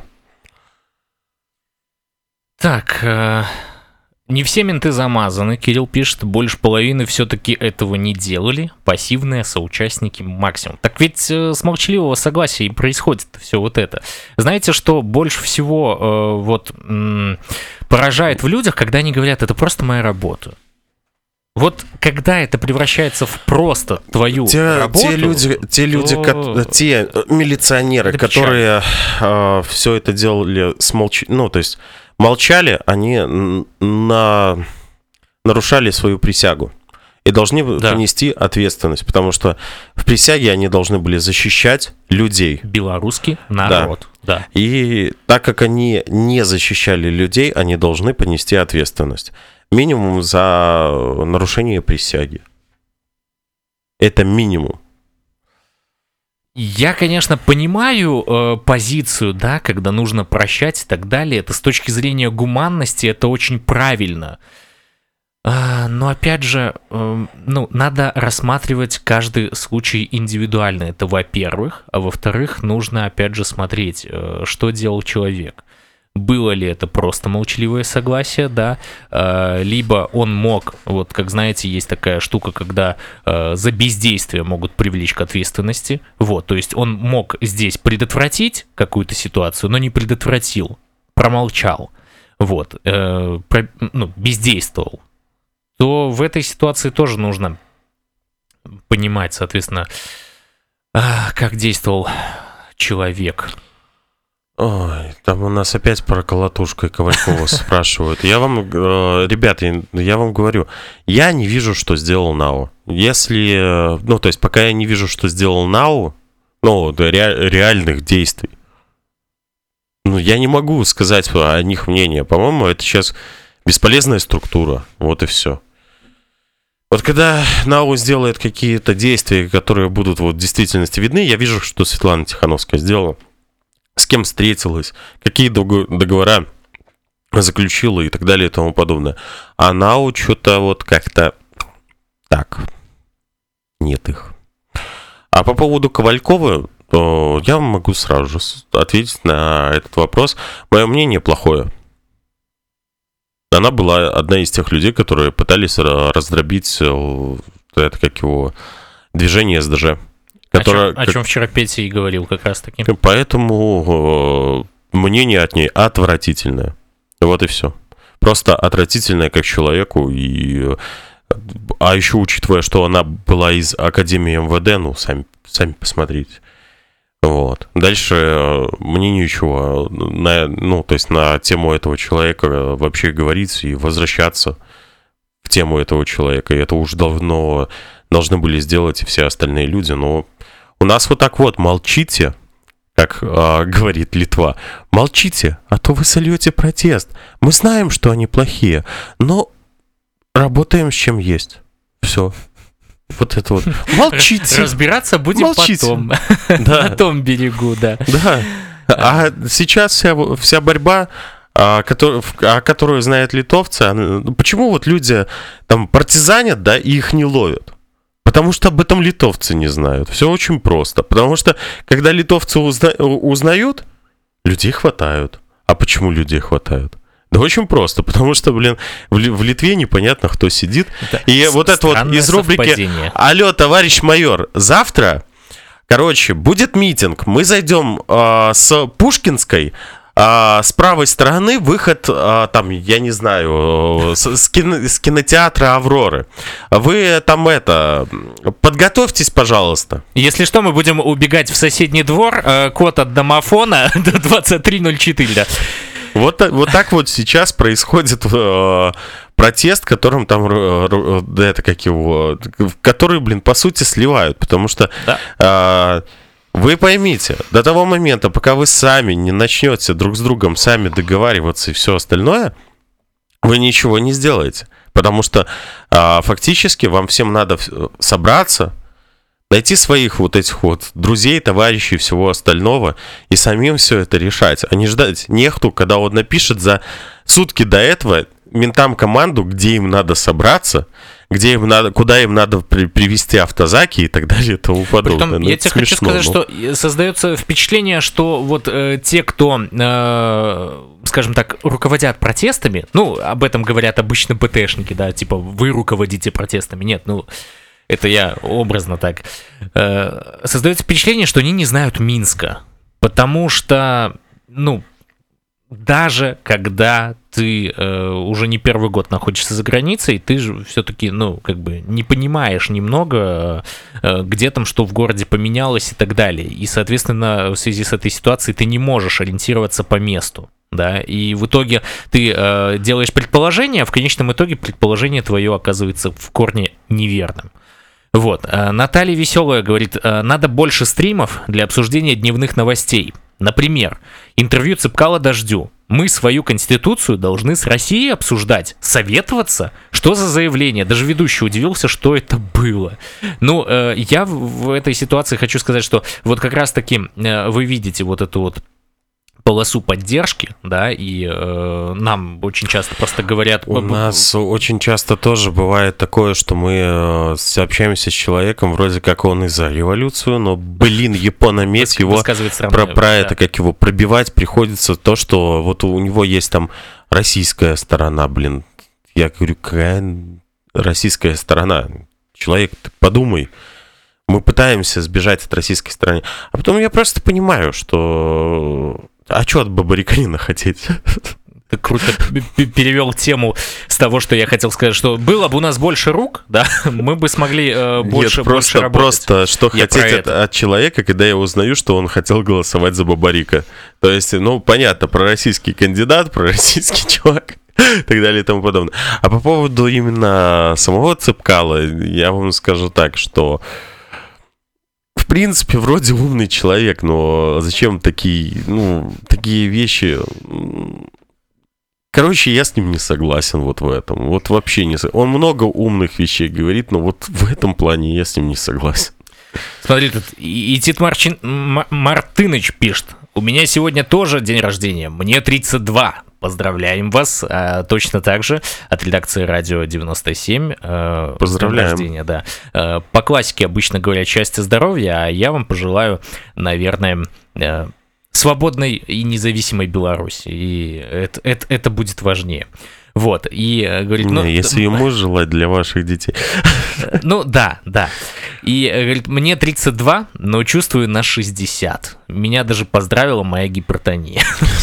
Так, э, не все менты замазаны. Кирилл пишет, больше половины все-таки этого не делали. Пассивные соучастники максимум. Так ведь э, с молчаливого согласия и происходит все вот это. Знаете, что больше всего э, вот м- поражает в людях, когда они говорят, это просто моя работа. Вот когда это превращается в просто твою те, работу... Те люди, те, то... люди ко- те милиционеры, это которые э, все это делали с молч... ну, то есть молчали, они на... нарушали свою присягу и должны да. понести ответственность, потому что в присяге они должны были защищать людей. Белорусский народ. Да. Да. И так как они не защищали людей, они должны понести ответственность. Минимум за нарушение присяги. Это минимум. Я, конечно, понимаю э, позицию, да, когда нужно прощать и так далее. Это с точки зрения гуманности, это очень правильно. Э, но опять же, э, ну, надо рассматривать каждый случай индивидуально. Это во-первых. А во-вторых, нужно опять же смотреть, э, что делал человек. Было ли это просто молчаливое согласие, да, э, либо он мог, вот как знаете, есть такая штука, когда э, за бездействие могут привлечь к ответственности, вот, то есть он мог здесь предотвратить какую-то ситуацию, но не предотвратил, промолчал, вот, э, про, ну, бездействовал, то в этой ситуации тоже нужно понимать, соответственно, э, как действовал человек. Ой, там у нас опять про Колотушку и Ковалькова спрашивают. Я вам, э, ребята, я вам говорю, я не вижу, что сделал НАУ. Если, ну, то есть, пока я не вижу, что сделал НАУ, ну, ре, реальных действий, ну, я не могу сказать о них мнение. По-моему, это сейчас бесполезная структура, вот и все. Вот когда НАУ сделает какие-то действия, которые будут вот в действительности видны, я вижу, что Светлана Тихановская сделала. С кем встретилась, какие договора заключила и так далее и тому подобное. А НАУ что-то вот как-то так. Нет их. А по поводу Ковалькова, то я могу сразу же ответить на этот вопрос. Мое мнение плохое. Она была одна из тех людей, которые пытались раздробить это, как его, движение эс дэ жэ. Которая, о, чем, о чем вчера Петя и говорил как раз таки. Поэтому э, мнение от ней отвратительное. Вот и все. Просто отвратительное как человеку. И, а еще учитывая, что она была из Академии эм вэ дэ, ну, сами, сами посмотрите. Вот. Дальше э, мне ничего на, ну, то есть на тему этого человека вообще говорить и возвращаться в тему этого человека. И это уж давно должны были сделать и все остальные люди, но у нас вот так вот, молчите, как э, говорит Литва, молчите, а то вы сольете протест. Мы знаем, что они плохие, но работаем с чем есть. Все. Вот это вот. Молчите. Разбираться будем Молчите. потом. Да. На том берегу, да. Да. А сейчас вся, вся борьба, а, который, а, которую знают литовцы, она, почему вот люди там партизанят, да, и их не ловят? Потому что об этом литовцы не знают. Все очень просто. Потому что, когда литовцы узна, узнают, людей хватают. А почему людей хватают? Да очень просто, потому что, блин, в, в Литве непонятно, кто сидит. Это и вот это вот из рубрики совпадение. «Алло, товарищ майор, завтра, короче, будет митинг, мы зайдем э, с Пушкинской, э, с правой стороны выход, э, там, я не знаю, с, с, кино, с кинотеатра «Авроры». Вы там это, подготовьтесь, пожалуйста». Если что, мы будем убегать в соседний двор, э, код от домофона до двадцать три ноль четыре. Вот, вот так вот сейчас происходит э, протест, которым там, э, да это как его, который, блин, по сути сливают, потому что да. э, вы поймите, до того момента, пока вы сами не начнете друг с другом сами договариваться и все остальное, вы ничего не сделаете, потому что э, фактически вам всем надо собраться, найти своих вот этих вот друзей, товарищей, всего остального и самим все это решать, а не ждать нехту, когда он напишет за сутки до этого ментам команду, где им надо собраться, где им надо, куда им надо при, привезти автозаки и так далее и тому подобное. Притом, ну, я тебе смешно, хочу сказать, ну. что создается впечатление, что вот э, те, кто, э, скажем так, руководят протестами, ну, об этом говорят обычно БТшники, да, типа вы руководите протестами, нет, ну... Это я образно так. Э, создается впечатление, что они не знают Минска. Потому что, ну, даже когда ты э, уже не первый год находишься за границей, ты же все-таки, ну, как бы не понимаешь немного, э, где там что в городе поменялось и так далее. И, соответственно, в связи с этой ситуацией ты не можешь ориентироваться по месту. Да, и в итоге ты э, делаешь предположение, а в конечном итоге предположение твое оказывается в корне неверным. Вот, Наталья Веселая говорит, надо больше стримов для обсуждения дневных новостей. Например, интервью Цепкала Дождю. Мы свою конституцию должны с Россией обсуждать, советоваться? Что за заявление? Даже ведущий удивился, что это было. Ну, я в этой ситуации хочу сказать, что вот как раз-таки вы видите вот эту вот полосу поддержки, да, и э, нам очень часто просто говорят... У нас очень часто тоже бывает такое, что мы э, общаемся с человеком, вроде как он и за революцию, но, блин, япономес его про, про да. это, как его пробивать приходится то, что вот у него есть там российская сторона, блин. Я говорю, какая российская сторона? Человек, ты подумай. Мы пытаемся сбежать от российской стороны. А потом я просто понимаю, что... А что от Бабариканина хотеть? Ты круто перевел тему с того, что я хотел сказать, что было бы у нас больше рук, да, мы бы смогли э, больше, Нет, просто, больше работать. Просто что я хотеть от, от человека, когда я узнаю, что он хотел голосовать за Бабарика. То есть, ну, понятно, пророссийский кандидат, пророссийский чувак и так далее и тому подобное. А по поводу именно самого Цепкала, я вам скажу так, что... В принципе, вроде умный человек, но зачем такие, ну, такие вещи... Короче, я с ним не согласен вот в этом. Вот вообще не согласен. Он много умных вещей говорит, но вот в этом плане я с ним не согласен. Смотри, тут и Тит Марчин... Мартыныч пишет. У меня сегодня тоже день рождения. Мне тридцать два. Поздравляем вас. А, точно так же от редакции Радио девяносто семь. А, Поздравляем. Рождения, да. А, по классике обычно говорят счастья, здоровья, а я вам пожелаю, наверное, а, свободной и независимой Беларуси. И это, это, это будет важнее. Вот, и говорит... Не, ну, если ему желать для ваших детей. Ну, да, да. И говорит, мне тридцать два, но чувствую на шестьдесят. Меня даже поздравила моя гипертония.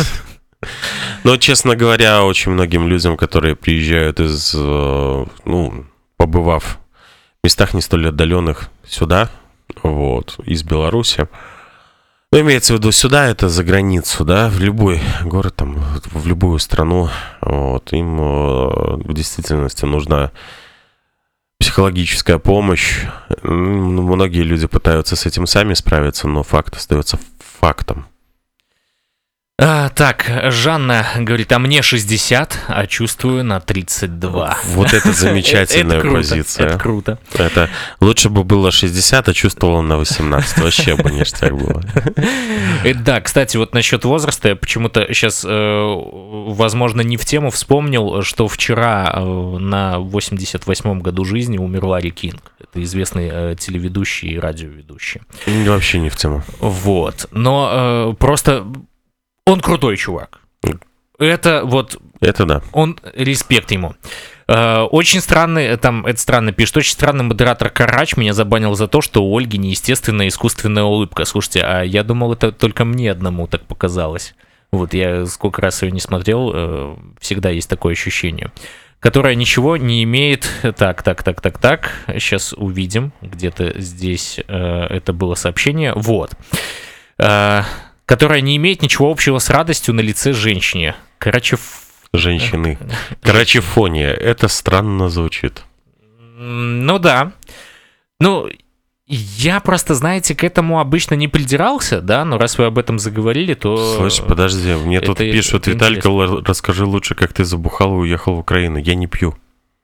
Но, честно говоря, очень многим людям, которые приезжают из, ну, побывав в местах не столь отдаленных сюда, вот, из Беларуси, ну, имеется в виду сюда, это за границу, да, в любой город, там, в любую страну, вот, им в действительности нужна психологическая помощь. Многие люди пытаются с этим сами справиться, но факт остается фактом. А, так, Жанна говорит, а мне шестьдесят, а чувствую на тридцать два. Вот это замечательная это, это позиция. Это круто. Это лучше бы было шестьдесят, а чувствовал на восемнадцать. Вообще бы ништяк было. Да, кстати, вот насчет возраста, я почему-то сейчас, возможно, не в тему вспомнил, что вчера на восемьдесят восьмом году жизни умер Ларри Кинг. Это известный телеведущий и радиоведущий. Вообще не в тему. Вот. Но просто... Он крутой чувак. Это вот... Это да. Он... Респект ему. Э, очень странный... Там, это странно пишет. Очень странный модератор Карач меня забанил за то, что у Ольги неестественная искусственная улыбка. Слушайте, а я думал, это только мне одному так показалось. Вот я сколько раз ее не смотрел, э, всегда есть такое ощущение. Которая ничего не имеет... Так, так, так, так, так. Сейчас увидим. Где-то здесь э, это было сообщение. Вот. Э, которая не имеет ничего общего с радостью на лице женщине. Короче... Женщины. Карачефония. Это странно звучит. Ну да. Ну, я просто, знаете, к этому обычно не придирался, да, но раз вы об этом заговорили, то... Слышь, подожди, мне тут пишут, Виталька, расскажи лучше, как ты забухал и уехал в Украину. Я не пью.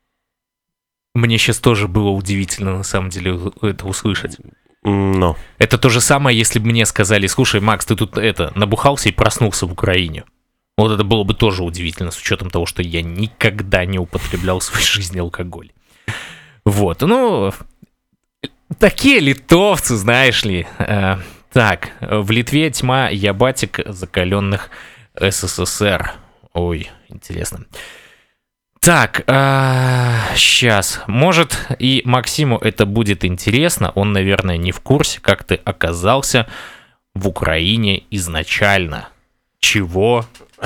Мне сейчас тоже было удивительно, на самом деле, это услышать. Но. Это то же самое, если бы мне сказали, слушай, Макс, ты тут это, набухался и проснулся в Украине. Вот это было бы тоже удивительно, с учетом того, что я никогда не употреблял в своей жизни алкоголь. Вот, ну, такие литовцы, знаешь ли. А, так, в Литве тьма ябатик закаленных СССР. Ой, интересно. Так, а, сейчас. Может, и Максиму это будет интересно. Он, наверное, не в курсе, как ты оказался в Украине изначально. Чего?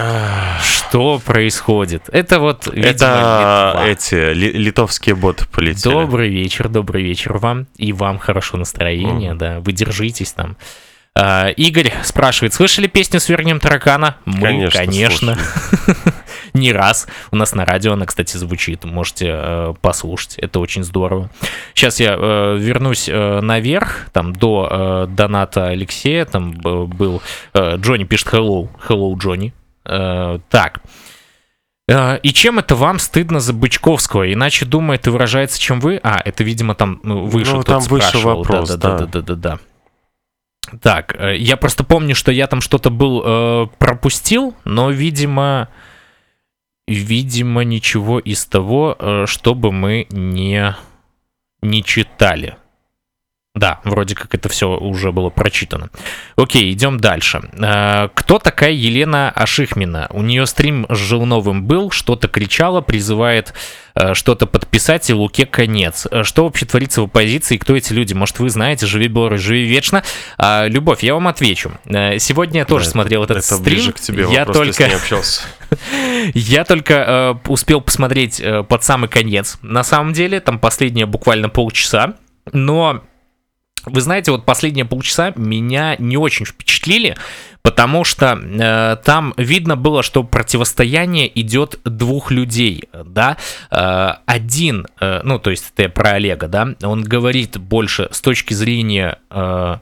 Что происходит? Это вот, видимо, это Литва. Эти ли, литовские боты полетели. Добрый вечер, добрый вечер вам. И вам хорошо настроение, mm. да. Вы держитесь там. А, Игорь спрашивает, слышали песню «Свернем таракана»? Мы, конечно. конечно. Не раз. У нас на радио она, кстати, звучит. Можете э, послушать. Это очень здорово. Сейчас я э, вернусь э, наверх. Там до э, доната Алексея. Там э, был... Э, Джонни пишет «Hello». Hello, Джонни. Э, так. Э, и чем это вам стыдно за Бычковского? Иначе думает и выражается, чем вы. А, это, видимо, там ну, выше ну, кто-то там выше спрашивал. вопрос, да. Да, да, да, да, да. Так, э, я просто помню, что я там что-то был э, пропустил, но, видимо... Видимо, ничего из того, что бы мы не, не читали. Да, вроде как это все уже было прочитано. Окей, идем дальше. Кто такая Елена Ашихмина? У нее стрим с Желновым был, что-то кричала, призывает что-то подписать, и Луке конец. Что вообще творится в оппозиции, кто эти люди? Может, вы знаете? Живи, Беларусь, живи вечно. А, Любовь, я вам отвечу. Сегодня я тоже да, смотрел это, этот это стрим. Ближе к тебе, я только... с ней общался. Я только э, успел посмотреть э, под самый конец. На самом деле, там последние буквально полчаса. Но... Вы знаете, вот последние полчаса меня не очень впечатлили, потому что э, там видно было, что противостояние идет двух людей, да, э, один, э, ну, то есть это про Олега, да, он говорит больше с точки зрения э,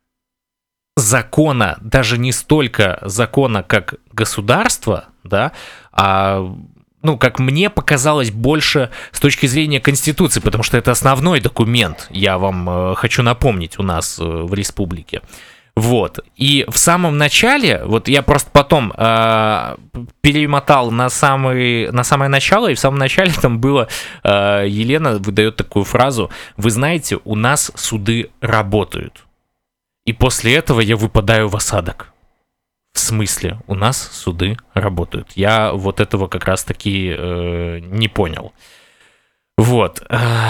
закона, даже не столько закона как государства, да, а... Ну, как мне показалось, больше с точки зрения Конституции, потому что это основной документ, я вам э, хочу напомнить, у нас э, в республике. Вот. И в самом начале, вот я просто потом э, перемотал на, самый, на самое начало, и в самом начале там было, э, Елена выдает такую фразу: «Вы знаете, у нас суды работают». И после этого я выпадаю в осадок. В смысле? У нас суды работают. Я вот этого как раз-таки э, не понял. Вот.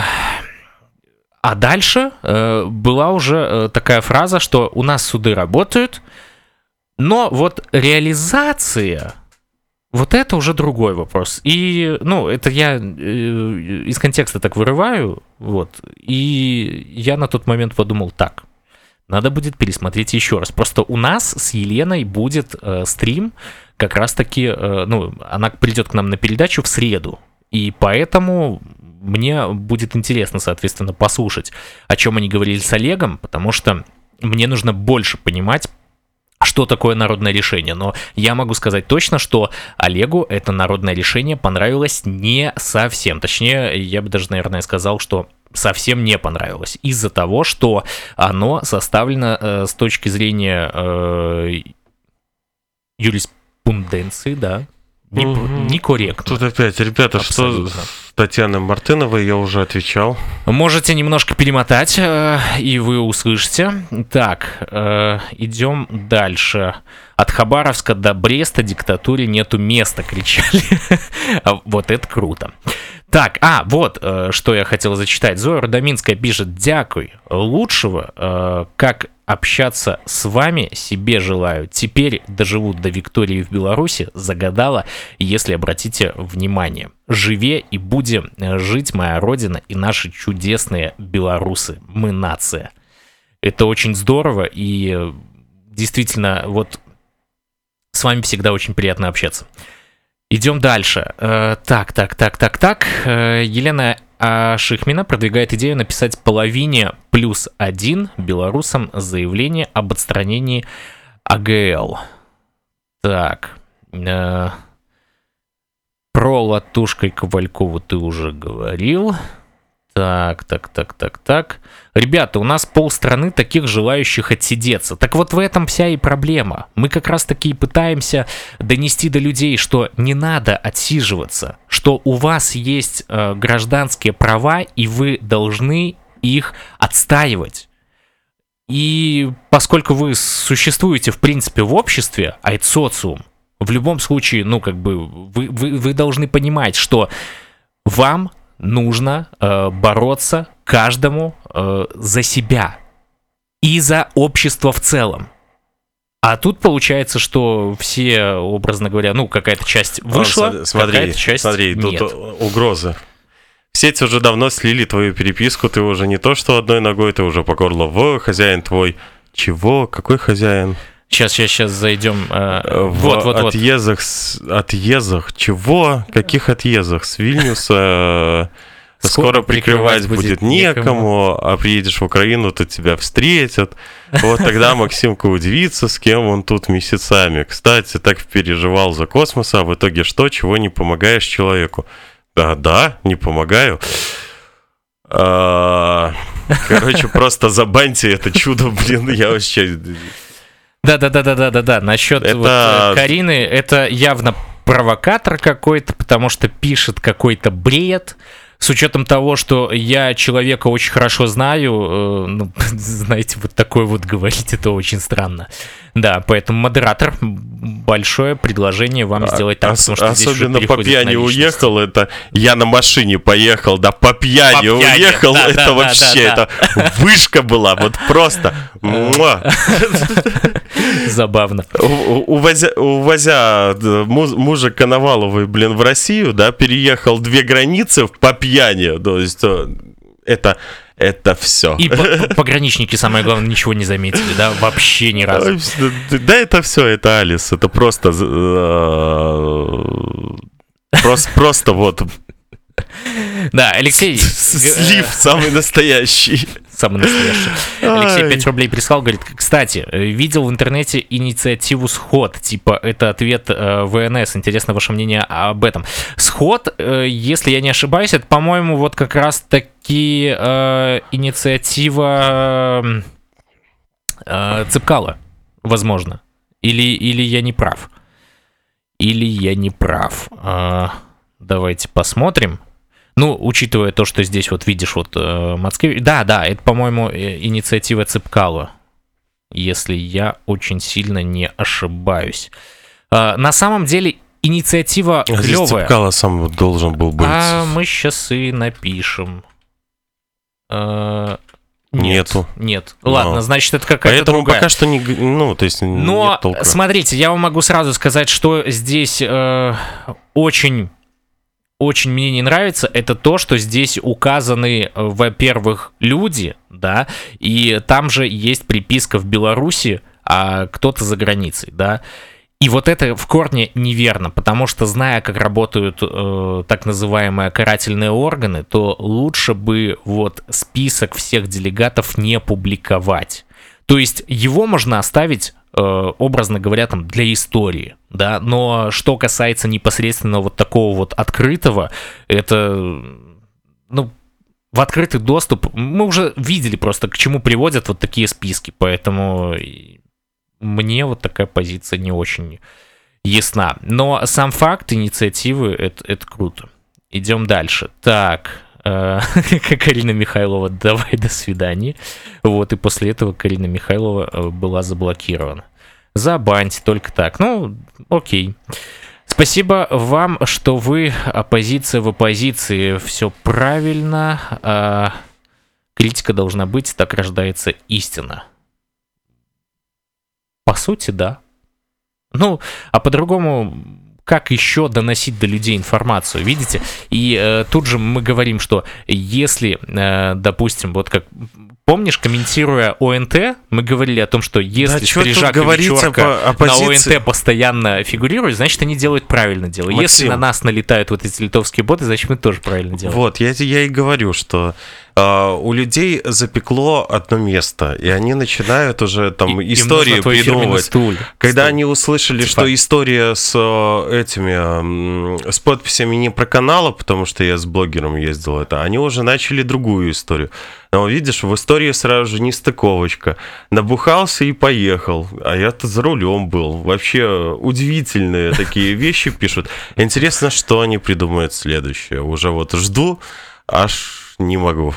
А дальше э, была уже э, такая фраза, что у нас суды работают, но вот реализация, вот это уже другой вопрос. И, ну, это я э, из контекста так вырываю, вот. И я на тот момент подумал так. Надо будет пересмотреть еще раз. Просто у нас с Еленой будет э, стрим, как раз-таки, э, ну, она придет к нам на передачу в среду. И поэтому мне будет интересно, соответственно, послушать, о чем они говорили с Олегом, потому что мне нужно больше понимать, что такое народное решение. Но я могу сказать точно, что Олегу это народное решение понравилось не совсем. Точнее, я бы даже, наверное, сказал, что совсем не понравилось. Из-за того, что оно составлено э, с точки зрения э, юриспруденции, да, не, угу. некорректно. Тут опять, ребята, абсолютно. Что с Татьяной Мартыновой я уже отвечал. Можете немножко перемотать, э, и вы услышите. Так, э, идем дальше. От Хабаровска до Бреста диктатуре нету места, кричали. Вот это круто. Так, а, вот, э, что я хотел зачитать. Зоя Рудоминская пишет: «Дякуй, лучшего, э, как общаться с вами себе желаю. Теперь доживут до Виктории в Беларуси, загадала, если обратите внимание. Живе и будем жить моя родина и наши чудесные белорусы. Мы нация». Это очень здорово, и действительно, вот с вами всегда очень приятно общаться. Идем дальше. Э, так, так, так, так, так. Э, Елена Шихмина продвигает идею написать половине плюс один белорусам заявление об отстранении АГЛ. Так. Э, про Латушкой Ковалькову ты уже говорил. Так, так, так, так, так. Ребята, у нас полстраны таких желающих отсидеться. Так вот в этом вся и проблема. Мы как раз таки пытаемся донести до людей, что не надо отсиживаться, что у вас есть э, гражданские права, и вы должны их отстаивать. И поскольку вы существуете, в принципе, в обществе, а это социум, в любом случае, ну, как бы, вы, вы, вы должны понимать, что вам нужно э, бороться каждому э, за себя и за общество в целом. А тут получается, что все, образно говоря, ну, какая-то часть вышла, смотри, какая-то часть смотри, нет. Тут угрозы. Сеть уже давно слили твою переписку, ты уже не то, что одной ногой, ты уже по горло в хозяин твой. Чего? Какой хозяин? Сейчас, сейчас, сейчас зайдем. Э, в вот, вот, отъездах, вот. Отъездах. Чего? Каких отъездах? С Вильнюса скоро, скоро прикрывать будет, будет некому, некому, а приедешь в Украину, то тебя встретят. Вот тогда Максимка удивится, с кем он тут месяцами. Кстати, так переживал за космос, а в итоге что? Чего не помогаешь человеку? Да, да, не помогаю. Короче, просто забаньте это чудо, блин, я вообще... Да-да-да-да-да-да, насчет это... вот, Карины, это явно провокатор какой-то, потому что пишет какой-то бред. С учетом того, что я человека очень хорошо знаю, э, ну, знаете, вот такое вот говорить, это очень странно. Да, поэтому модератор, большое предложение вам сделать так, Ос- потому что особенно здесь по пьяни уехал, это я на машине поехал, да, по пьяни, по пьяни уехал, да, это да, вообще, да, да, это да. Вышка была, вот просто. Забавно. Увозя, увозя мужа Коноваловой, блин, в Россию, да, переехал две границы по пьяни, то есть это... Это все. И пограничники, самое главное, ничего не заметили, да? Вообще ни разу. Да, это все, это Алис. Это просто... Просто, просто вот... Да, Алексей... Слив самый настоящий. Самый настоящий. Алексей пять рублей прислал, говорит: кстати, видел в интернете инициативу «Сход». Типа, это ответ э, ВНС. Интересно ваше мнение об этом. «Сход», э, если я не ошибаюсь, это, по-моему, вот как раз-таки э, инициатива э, Цепкала, возможно. Или, или я не прав. Или я не прав. Э, давайте посмотрим. Ну, учитывая то, что здесь вот видишь вот э, Мацкевич. Да, да, это, по-моему, инициатива Цепкала, если я очень сильно не ошибаюсь. Э, на самом деле инициатива клевая. Здесь Цепкала сам должен был быть. А мы сейчас и напишем. Э, нет, Нету. Нет. Но. Ладно, значит, это какая-то Поэтому другая. пока что не... Ну, то есть Но, нет толка. Смотрите, я вам могу сразу сказать, что здесь э, очень... Очень мне не нравится, это то, что здесь указаны, во-первых, люди, да, и там же есть приписка в Беларуси, а кто-то за границей, да. И вот это в корне неверно, потому что, зная, как работают э, так называемые карательные органы, то лучше бы вот список всех делегатов не публиковать. То есть его можно оставить образно говоря, там, для истории, да, но что касается непосредственно вот такого вот открытого, это, ну, в открытый доступ мы уже видели просто, к чему приводят вот такие списки, поэтому мне вот такая позиция не очень ясна. Но сам факт инициативы это, это круто. Идем дальше. Так, э, Карина Михайлова, давай до свидания. Вот, и после этого Карина Михайлова была заблокирована. Забаньте, только так. Ну, окей. Спасибо вам, что вы оппозиция в оппозиции. Все правильно. А, критика должна быть, так рождается истина. По сути, да. Ну, а по-другому, как еще доносить до людей информацию, видите? И э, тут же мы говорим, что если, э, допустим, вот как... Помнишь, комментируя ОНТ, мы говорили о том, что если да, Стрижак и Вечерка на ОНТ постоянно фигурируют, значит, они делают правильное дело. Максим, если на нас налетают вот эти литовские боты, значит, мы тоже правильно делаем. Вот, я, я и говорю, что э, у людей запекло одно место, и они начинают уже там и, истории придумывать. Стуль, Когда стуль. они услышали, типа... что история с этими, с подписями не про канала, потому что я с блогером ездил это, они уже начали другую историю. Но видишь, в истории сразу же нестыковочка. Набухался и поехал. А я-то за рулем был. Вообще удивительные такие вещи пишут. Интересно, что они придумают следующее. Уже вот жду, аж не могу.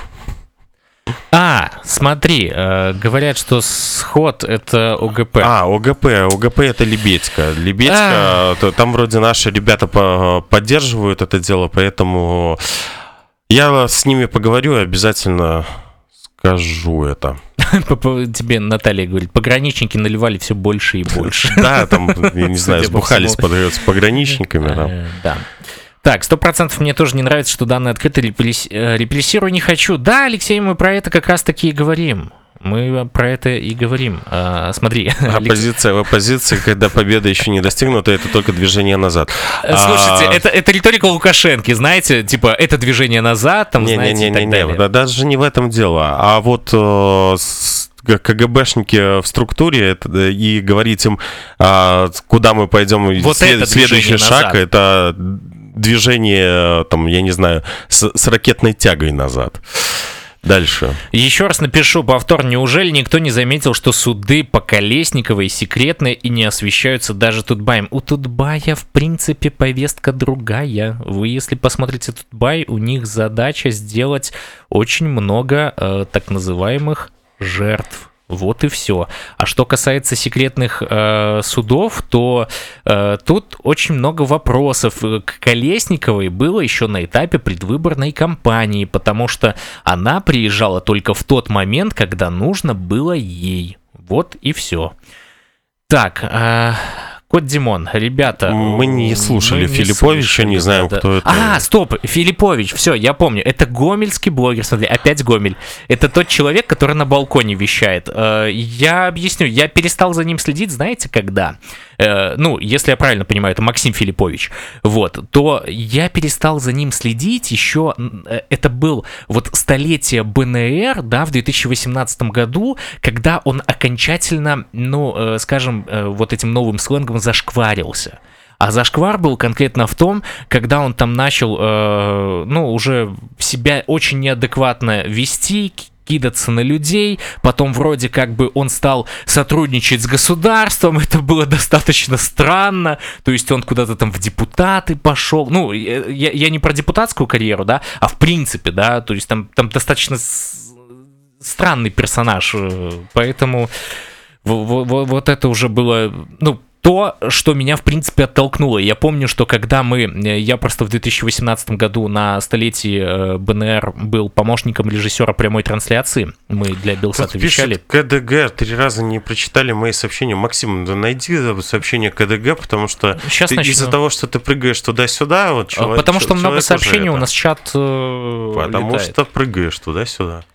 А, смотри, э, говорят, что сход это ОГП. А, ОГП, ОГП это Лебедька. Лебедька, а... там вроде наши ребята поддерживают это дело, поэтому я с ними поговорю и обязательно скажу это. Тебе Наталья говорит, пограничники наливали все больше и больше. Да, там, я не знаю, сбухались с пограничниками. Да. Так, сто процентов мне тоже не нравится, что данные открыты, репрессирую не хочу. Да, Алексей, мы про это как раз-таки и говорим. Мы про это и говорим. А, смотри. Оппозиция в оппозиции, когда победа еще не достигнута, это только движение назад. Слушайте, а... это, это риторика Лукашенки, знаете, типа, это движение назад, там, не, знаете, не, не, и так не, далее. Не, даже не в этом дело. А вот э, с, КГБшники в структуре это, и говорить им, э, куда мы пойдем, вот след, следующий шаг, назад. Это движение, там, я не знаю, с, с ракетной тягой назад. Дальше. Еще раз напишу повтор. Неужели никто не заметил, что суды по Колесниковой секретны и не освещаются даже Тутбаем? У Тутбая, в принципе, повестка другая. Вы, если посмотрите Тутбай, у них задача сделать очень много э, так называемых жертв. Вот и все. А что касается секретных э, судов, то э, тут очень много вопросов. К Колесниковой было еще на этапе предвыборной кампании, потому что она приезжала только в тот момент, когда нужно было ей. Вот и все. Так, э, Кот Димон, ребята... Мы не слушали мы Филипповича, не, не знаем, да. кто это. А, стоп, Филиппович, все, я помню. Это гомельский блогер, смотри, опять Гомель. Это тот человек, который на балконе вещает. Я объясню, я перестал за ним следить, знаете, когда? Ну, если я правильно понимаю, это Максим Филиппович. Вот, то я перестал за ним следить еще... Это был вот столетие БНР, да, в две тысячи восемнадцатом году, когда он окончательно, ну, скажем, вот этим новым сленгом зашкварился. А зашквар был конкретно в том, когда он там начал, э, ну, уже себя очень неадекватно вести, кидаться на людей, потом вроде как бы он стал сотрудничать с государством, это было достаточно странно, то есть он куда-то там в депутаты пошел, ну, я, я не про депутатскую карьеру, да, а в принципе, да, то есть там, там достаточно с... странный персонаж, поэтому вот, вот, вот это уже было, ну, то, что меня, в принципе, оттолкнуло. Я помню, что когда мы... Я просто в две тысячи восемнадцатом году на столетии БНР был помощником режиссера прямой трансляции. Мы для Белсата вещали. КДГ. Три раза не прочитали мои сообщения. Максим, найди сообщение КДГ, потому что ты, из-за того, что ты прыгаешь туда-сюда... Вот, человек, потому что много сообщений, у это... нас чат э, Потому летает. что прыгаешь туда-сюда.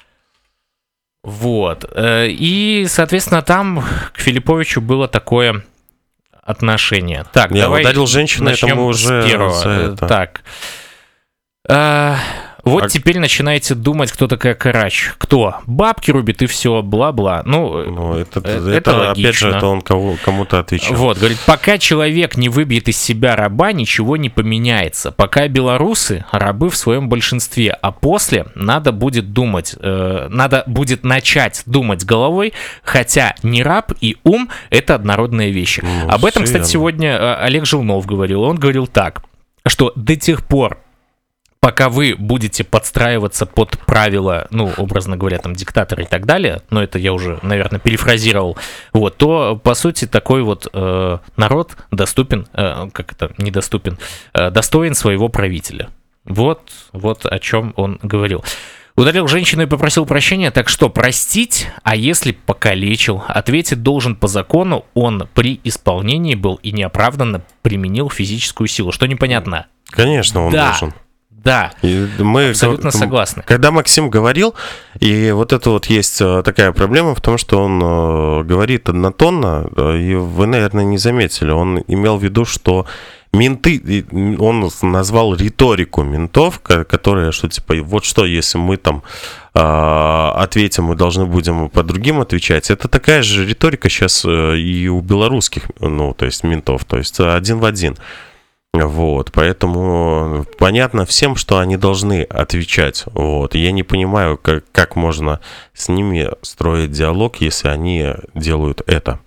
Вот. И, соответственно, там к Филипповичу было такое... отношения. Так, я давай ударил женщину, это мы уже... с первого. Это. Так. А, Вот А- теперь начинаете думать, кто такая Карач. Кто? Бабки рубит и все, бла-бла. Ну, Ну, это, э, это, это опять же, логично. это он кого, кому-то отвечал. Вот, говорит, пока человек не выбьет из себя раба, ничего не поменяется. Пока белорусы рабы в своем большинстве, а после надо будет думать, э, надо будет начать думать головой, хотя не раб и ум — это однородные вещи. Ну, Об этом, всё кстати, верно. сегодня э, Олег Жилнов говорил. Он говорил так, что до тех пор, пока вы будете подстраиваться под правила, ну, образно говоря, там, диктатора и так далее, но это я уже, наверное, перефразировал, вот, то, по сути, такой вот э, народ доступен, э, как это, недоступен, э, достоин своего правителя. Вот, вот о чем он говорил. Ударил женщину и попросил прощения, так что простить, а если покалечил? Ответить должен по закону, он при исполнении был и неоправданно применил физическую силу. Что непонятно? Конечно, он Да. должен. Да, И мы абсолютно г- согласны. Когда Максим говорил, и вот это вот есть э, такая проблема в том, что он э, говорит однотонно, э, и вы, наверное, не заметили, он имел в виду, что менты, и он назвал риторику ментов, ко- которая, что типа, вот что, если мы там э, ответим, мы должны будем по другим отвечать. Это такая же риторика сейчас э, и у белорусских, ну, то есть ментов, то есть один в один. Вот, поэтому понятно всем, что они должны отвечать. Вот, я не понимаю, как, как можно с ними строить диалог, если они делают это.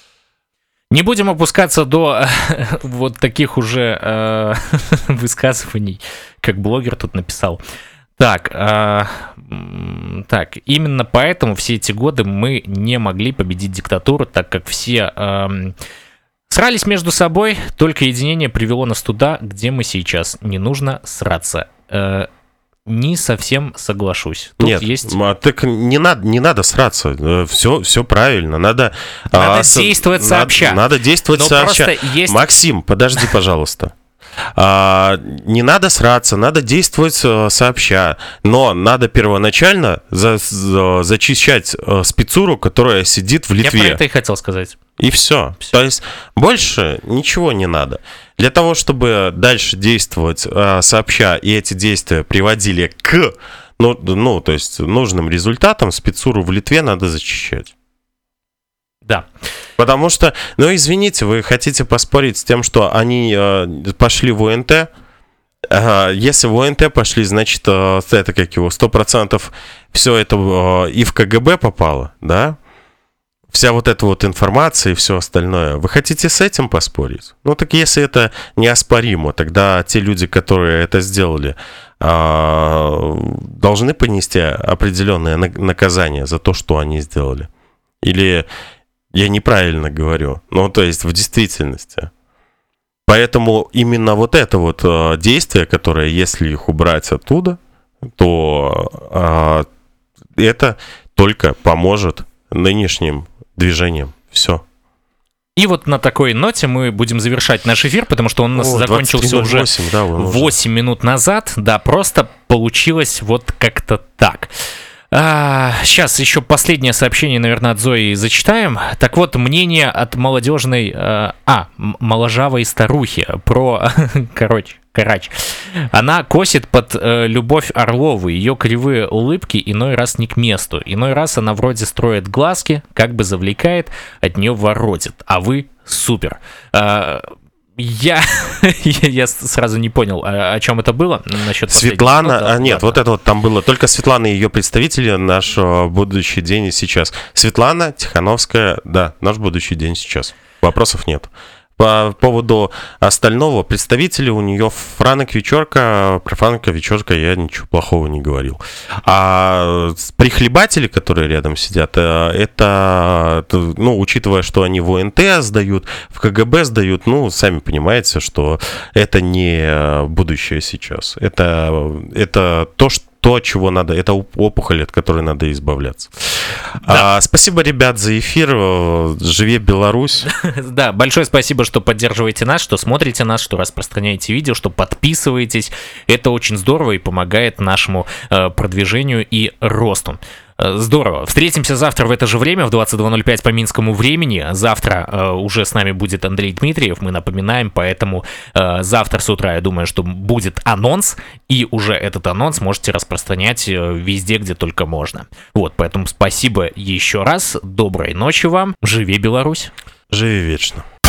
Не будем опускаться до э, вот таких уже э, высказываний, как блогер тут написал. Так, э, м, так, именно поэтому все эти годы мы не могли победить диктатуру, так как все эм, срались между собой, только единение привело нас туда, где мы сейчас. Не нужно сраться. Э, не совсем соглашусь. Тут Нет, есть... м, а так не надо, не надо сраться. Все, все правильно. Надо, Надо а, с- действовать надо- сообща. Надо действовать Но сообща. просто есть... Максим, подожди, пожалуйста. А, не надо сраться, надо действовать э, сообща, но надо первоначально за- за- зачищать э, спецуру, которая сидит в Я Литве. про это и хотел сказать. И все. Всё. То есть больше ничего не надо. Для того, чтобы дальше действовать э, сообща, и эти действия приводили к ну, ну, то есть нужным результатам, спецуру в Литве надо зачищать. Да. Потому что, ну извините, вы хотите поспорить с тем, что они э, пошли в ОНТ? Э, если в ОНТ пошли, значит, э, это как его, сто процентов все это э, и в КГБ попало, да? Вся вот эта вот информация и все остальное. Вы хотите с этим поспорить? Ну так если это неоспоримо, тогда те люди, которые это сделали, э, должны понести определенное на- наказание за то, что они сделали. Или... Я неправильно говорю. Ну, то есть в действительности. Поэтому именно вот это вот э, действие, которое, если их убрать оттуда, то э, это только поможет нынешним движениям. Все. И вот на такой ноте мы будем завершать наш эфир, потому что он у нас О, закончился уже двадцать три ноль восемь, да, он уже. восемь минут назад. Да, просто получилось вот как-то так. А, сейчас еще последнее сообщение, наверное, от Зои зачитаем. Так вот, мнение от молодежной... А, а м- моложавой старухи про... Короче, Карач. Она косит под э, Любовь Орлову. Ее кривые улыбки иной раз не к месту. Иной раз она вроде строит глазки, как бы завлекает, от нее воротит. А вы супер. А, Я, я сразу не понял, о, о чем это было. Насчет Светлана, последних- ну, да, а, нет, ладно. вот это вот там было только Светлана и ее представители, наш э, будущий день и сейчас. Светлана Тихановская, да, наш будущий день сейчас. Вопросов нет. По поводу остального, представители у нее Франк Вечерка, про Франка Вечерка я ничего плохого не говорил. А прихлебатели, которые рядом сидят, э, это, ну, учитывая, что они в ОНТ сдают, в КГБ сдают, ну, сами понимаете, что это не будущее сейчас. Это, это то, что то, чего надо, это опухоль, от которой надо избавляться. Да. А, спасибо, ребят, за эфир. Живи Беларусь. Да, большое спасибо, что поддерживаете нас, что смотрите нас, что распространяете видео, что подписываетесь. Это очень здорово и помогает нашему э, продвижению и росту. Здорово. Встретимся завтра в это же время, в двадцать два ноль пять по минскому времени. Завтра э, уже с нами будет Андрей Дмитриев, мы напоминаем, поэтому э, завтра с утра, я думаю, что будет анонс, и уже этот анонс можете распространять везде, где только можно. Вот, поэтому спасибо еще раз, доброй ночи вам, живи Беларусь! Живи вечно!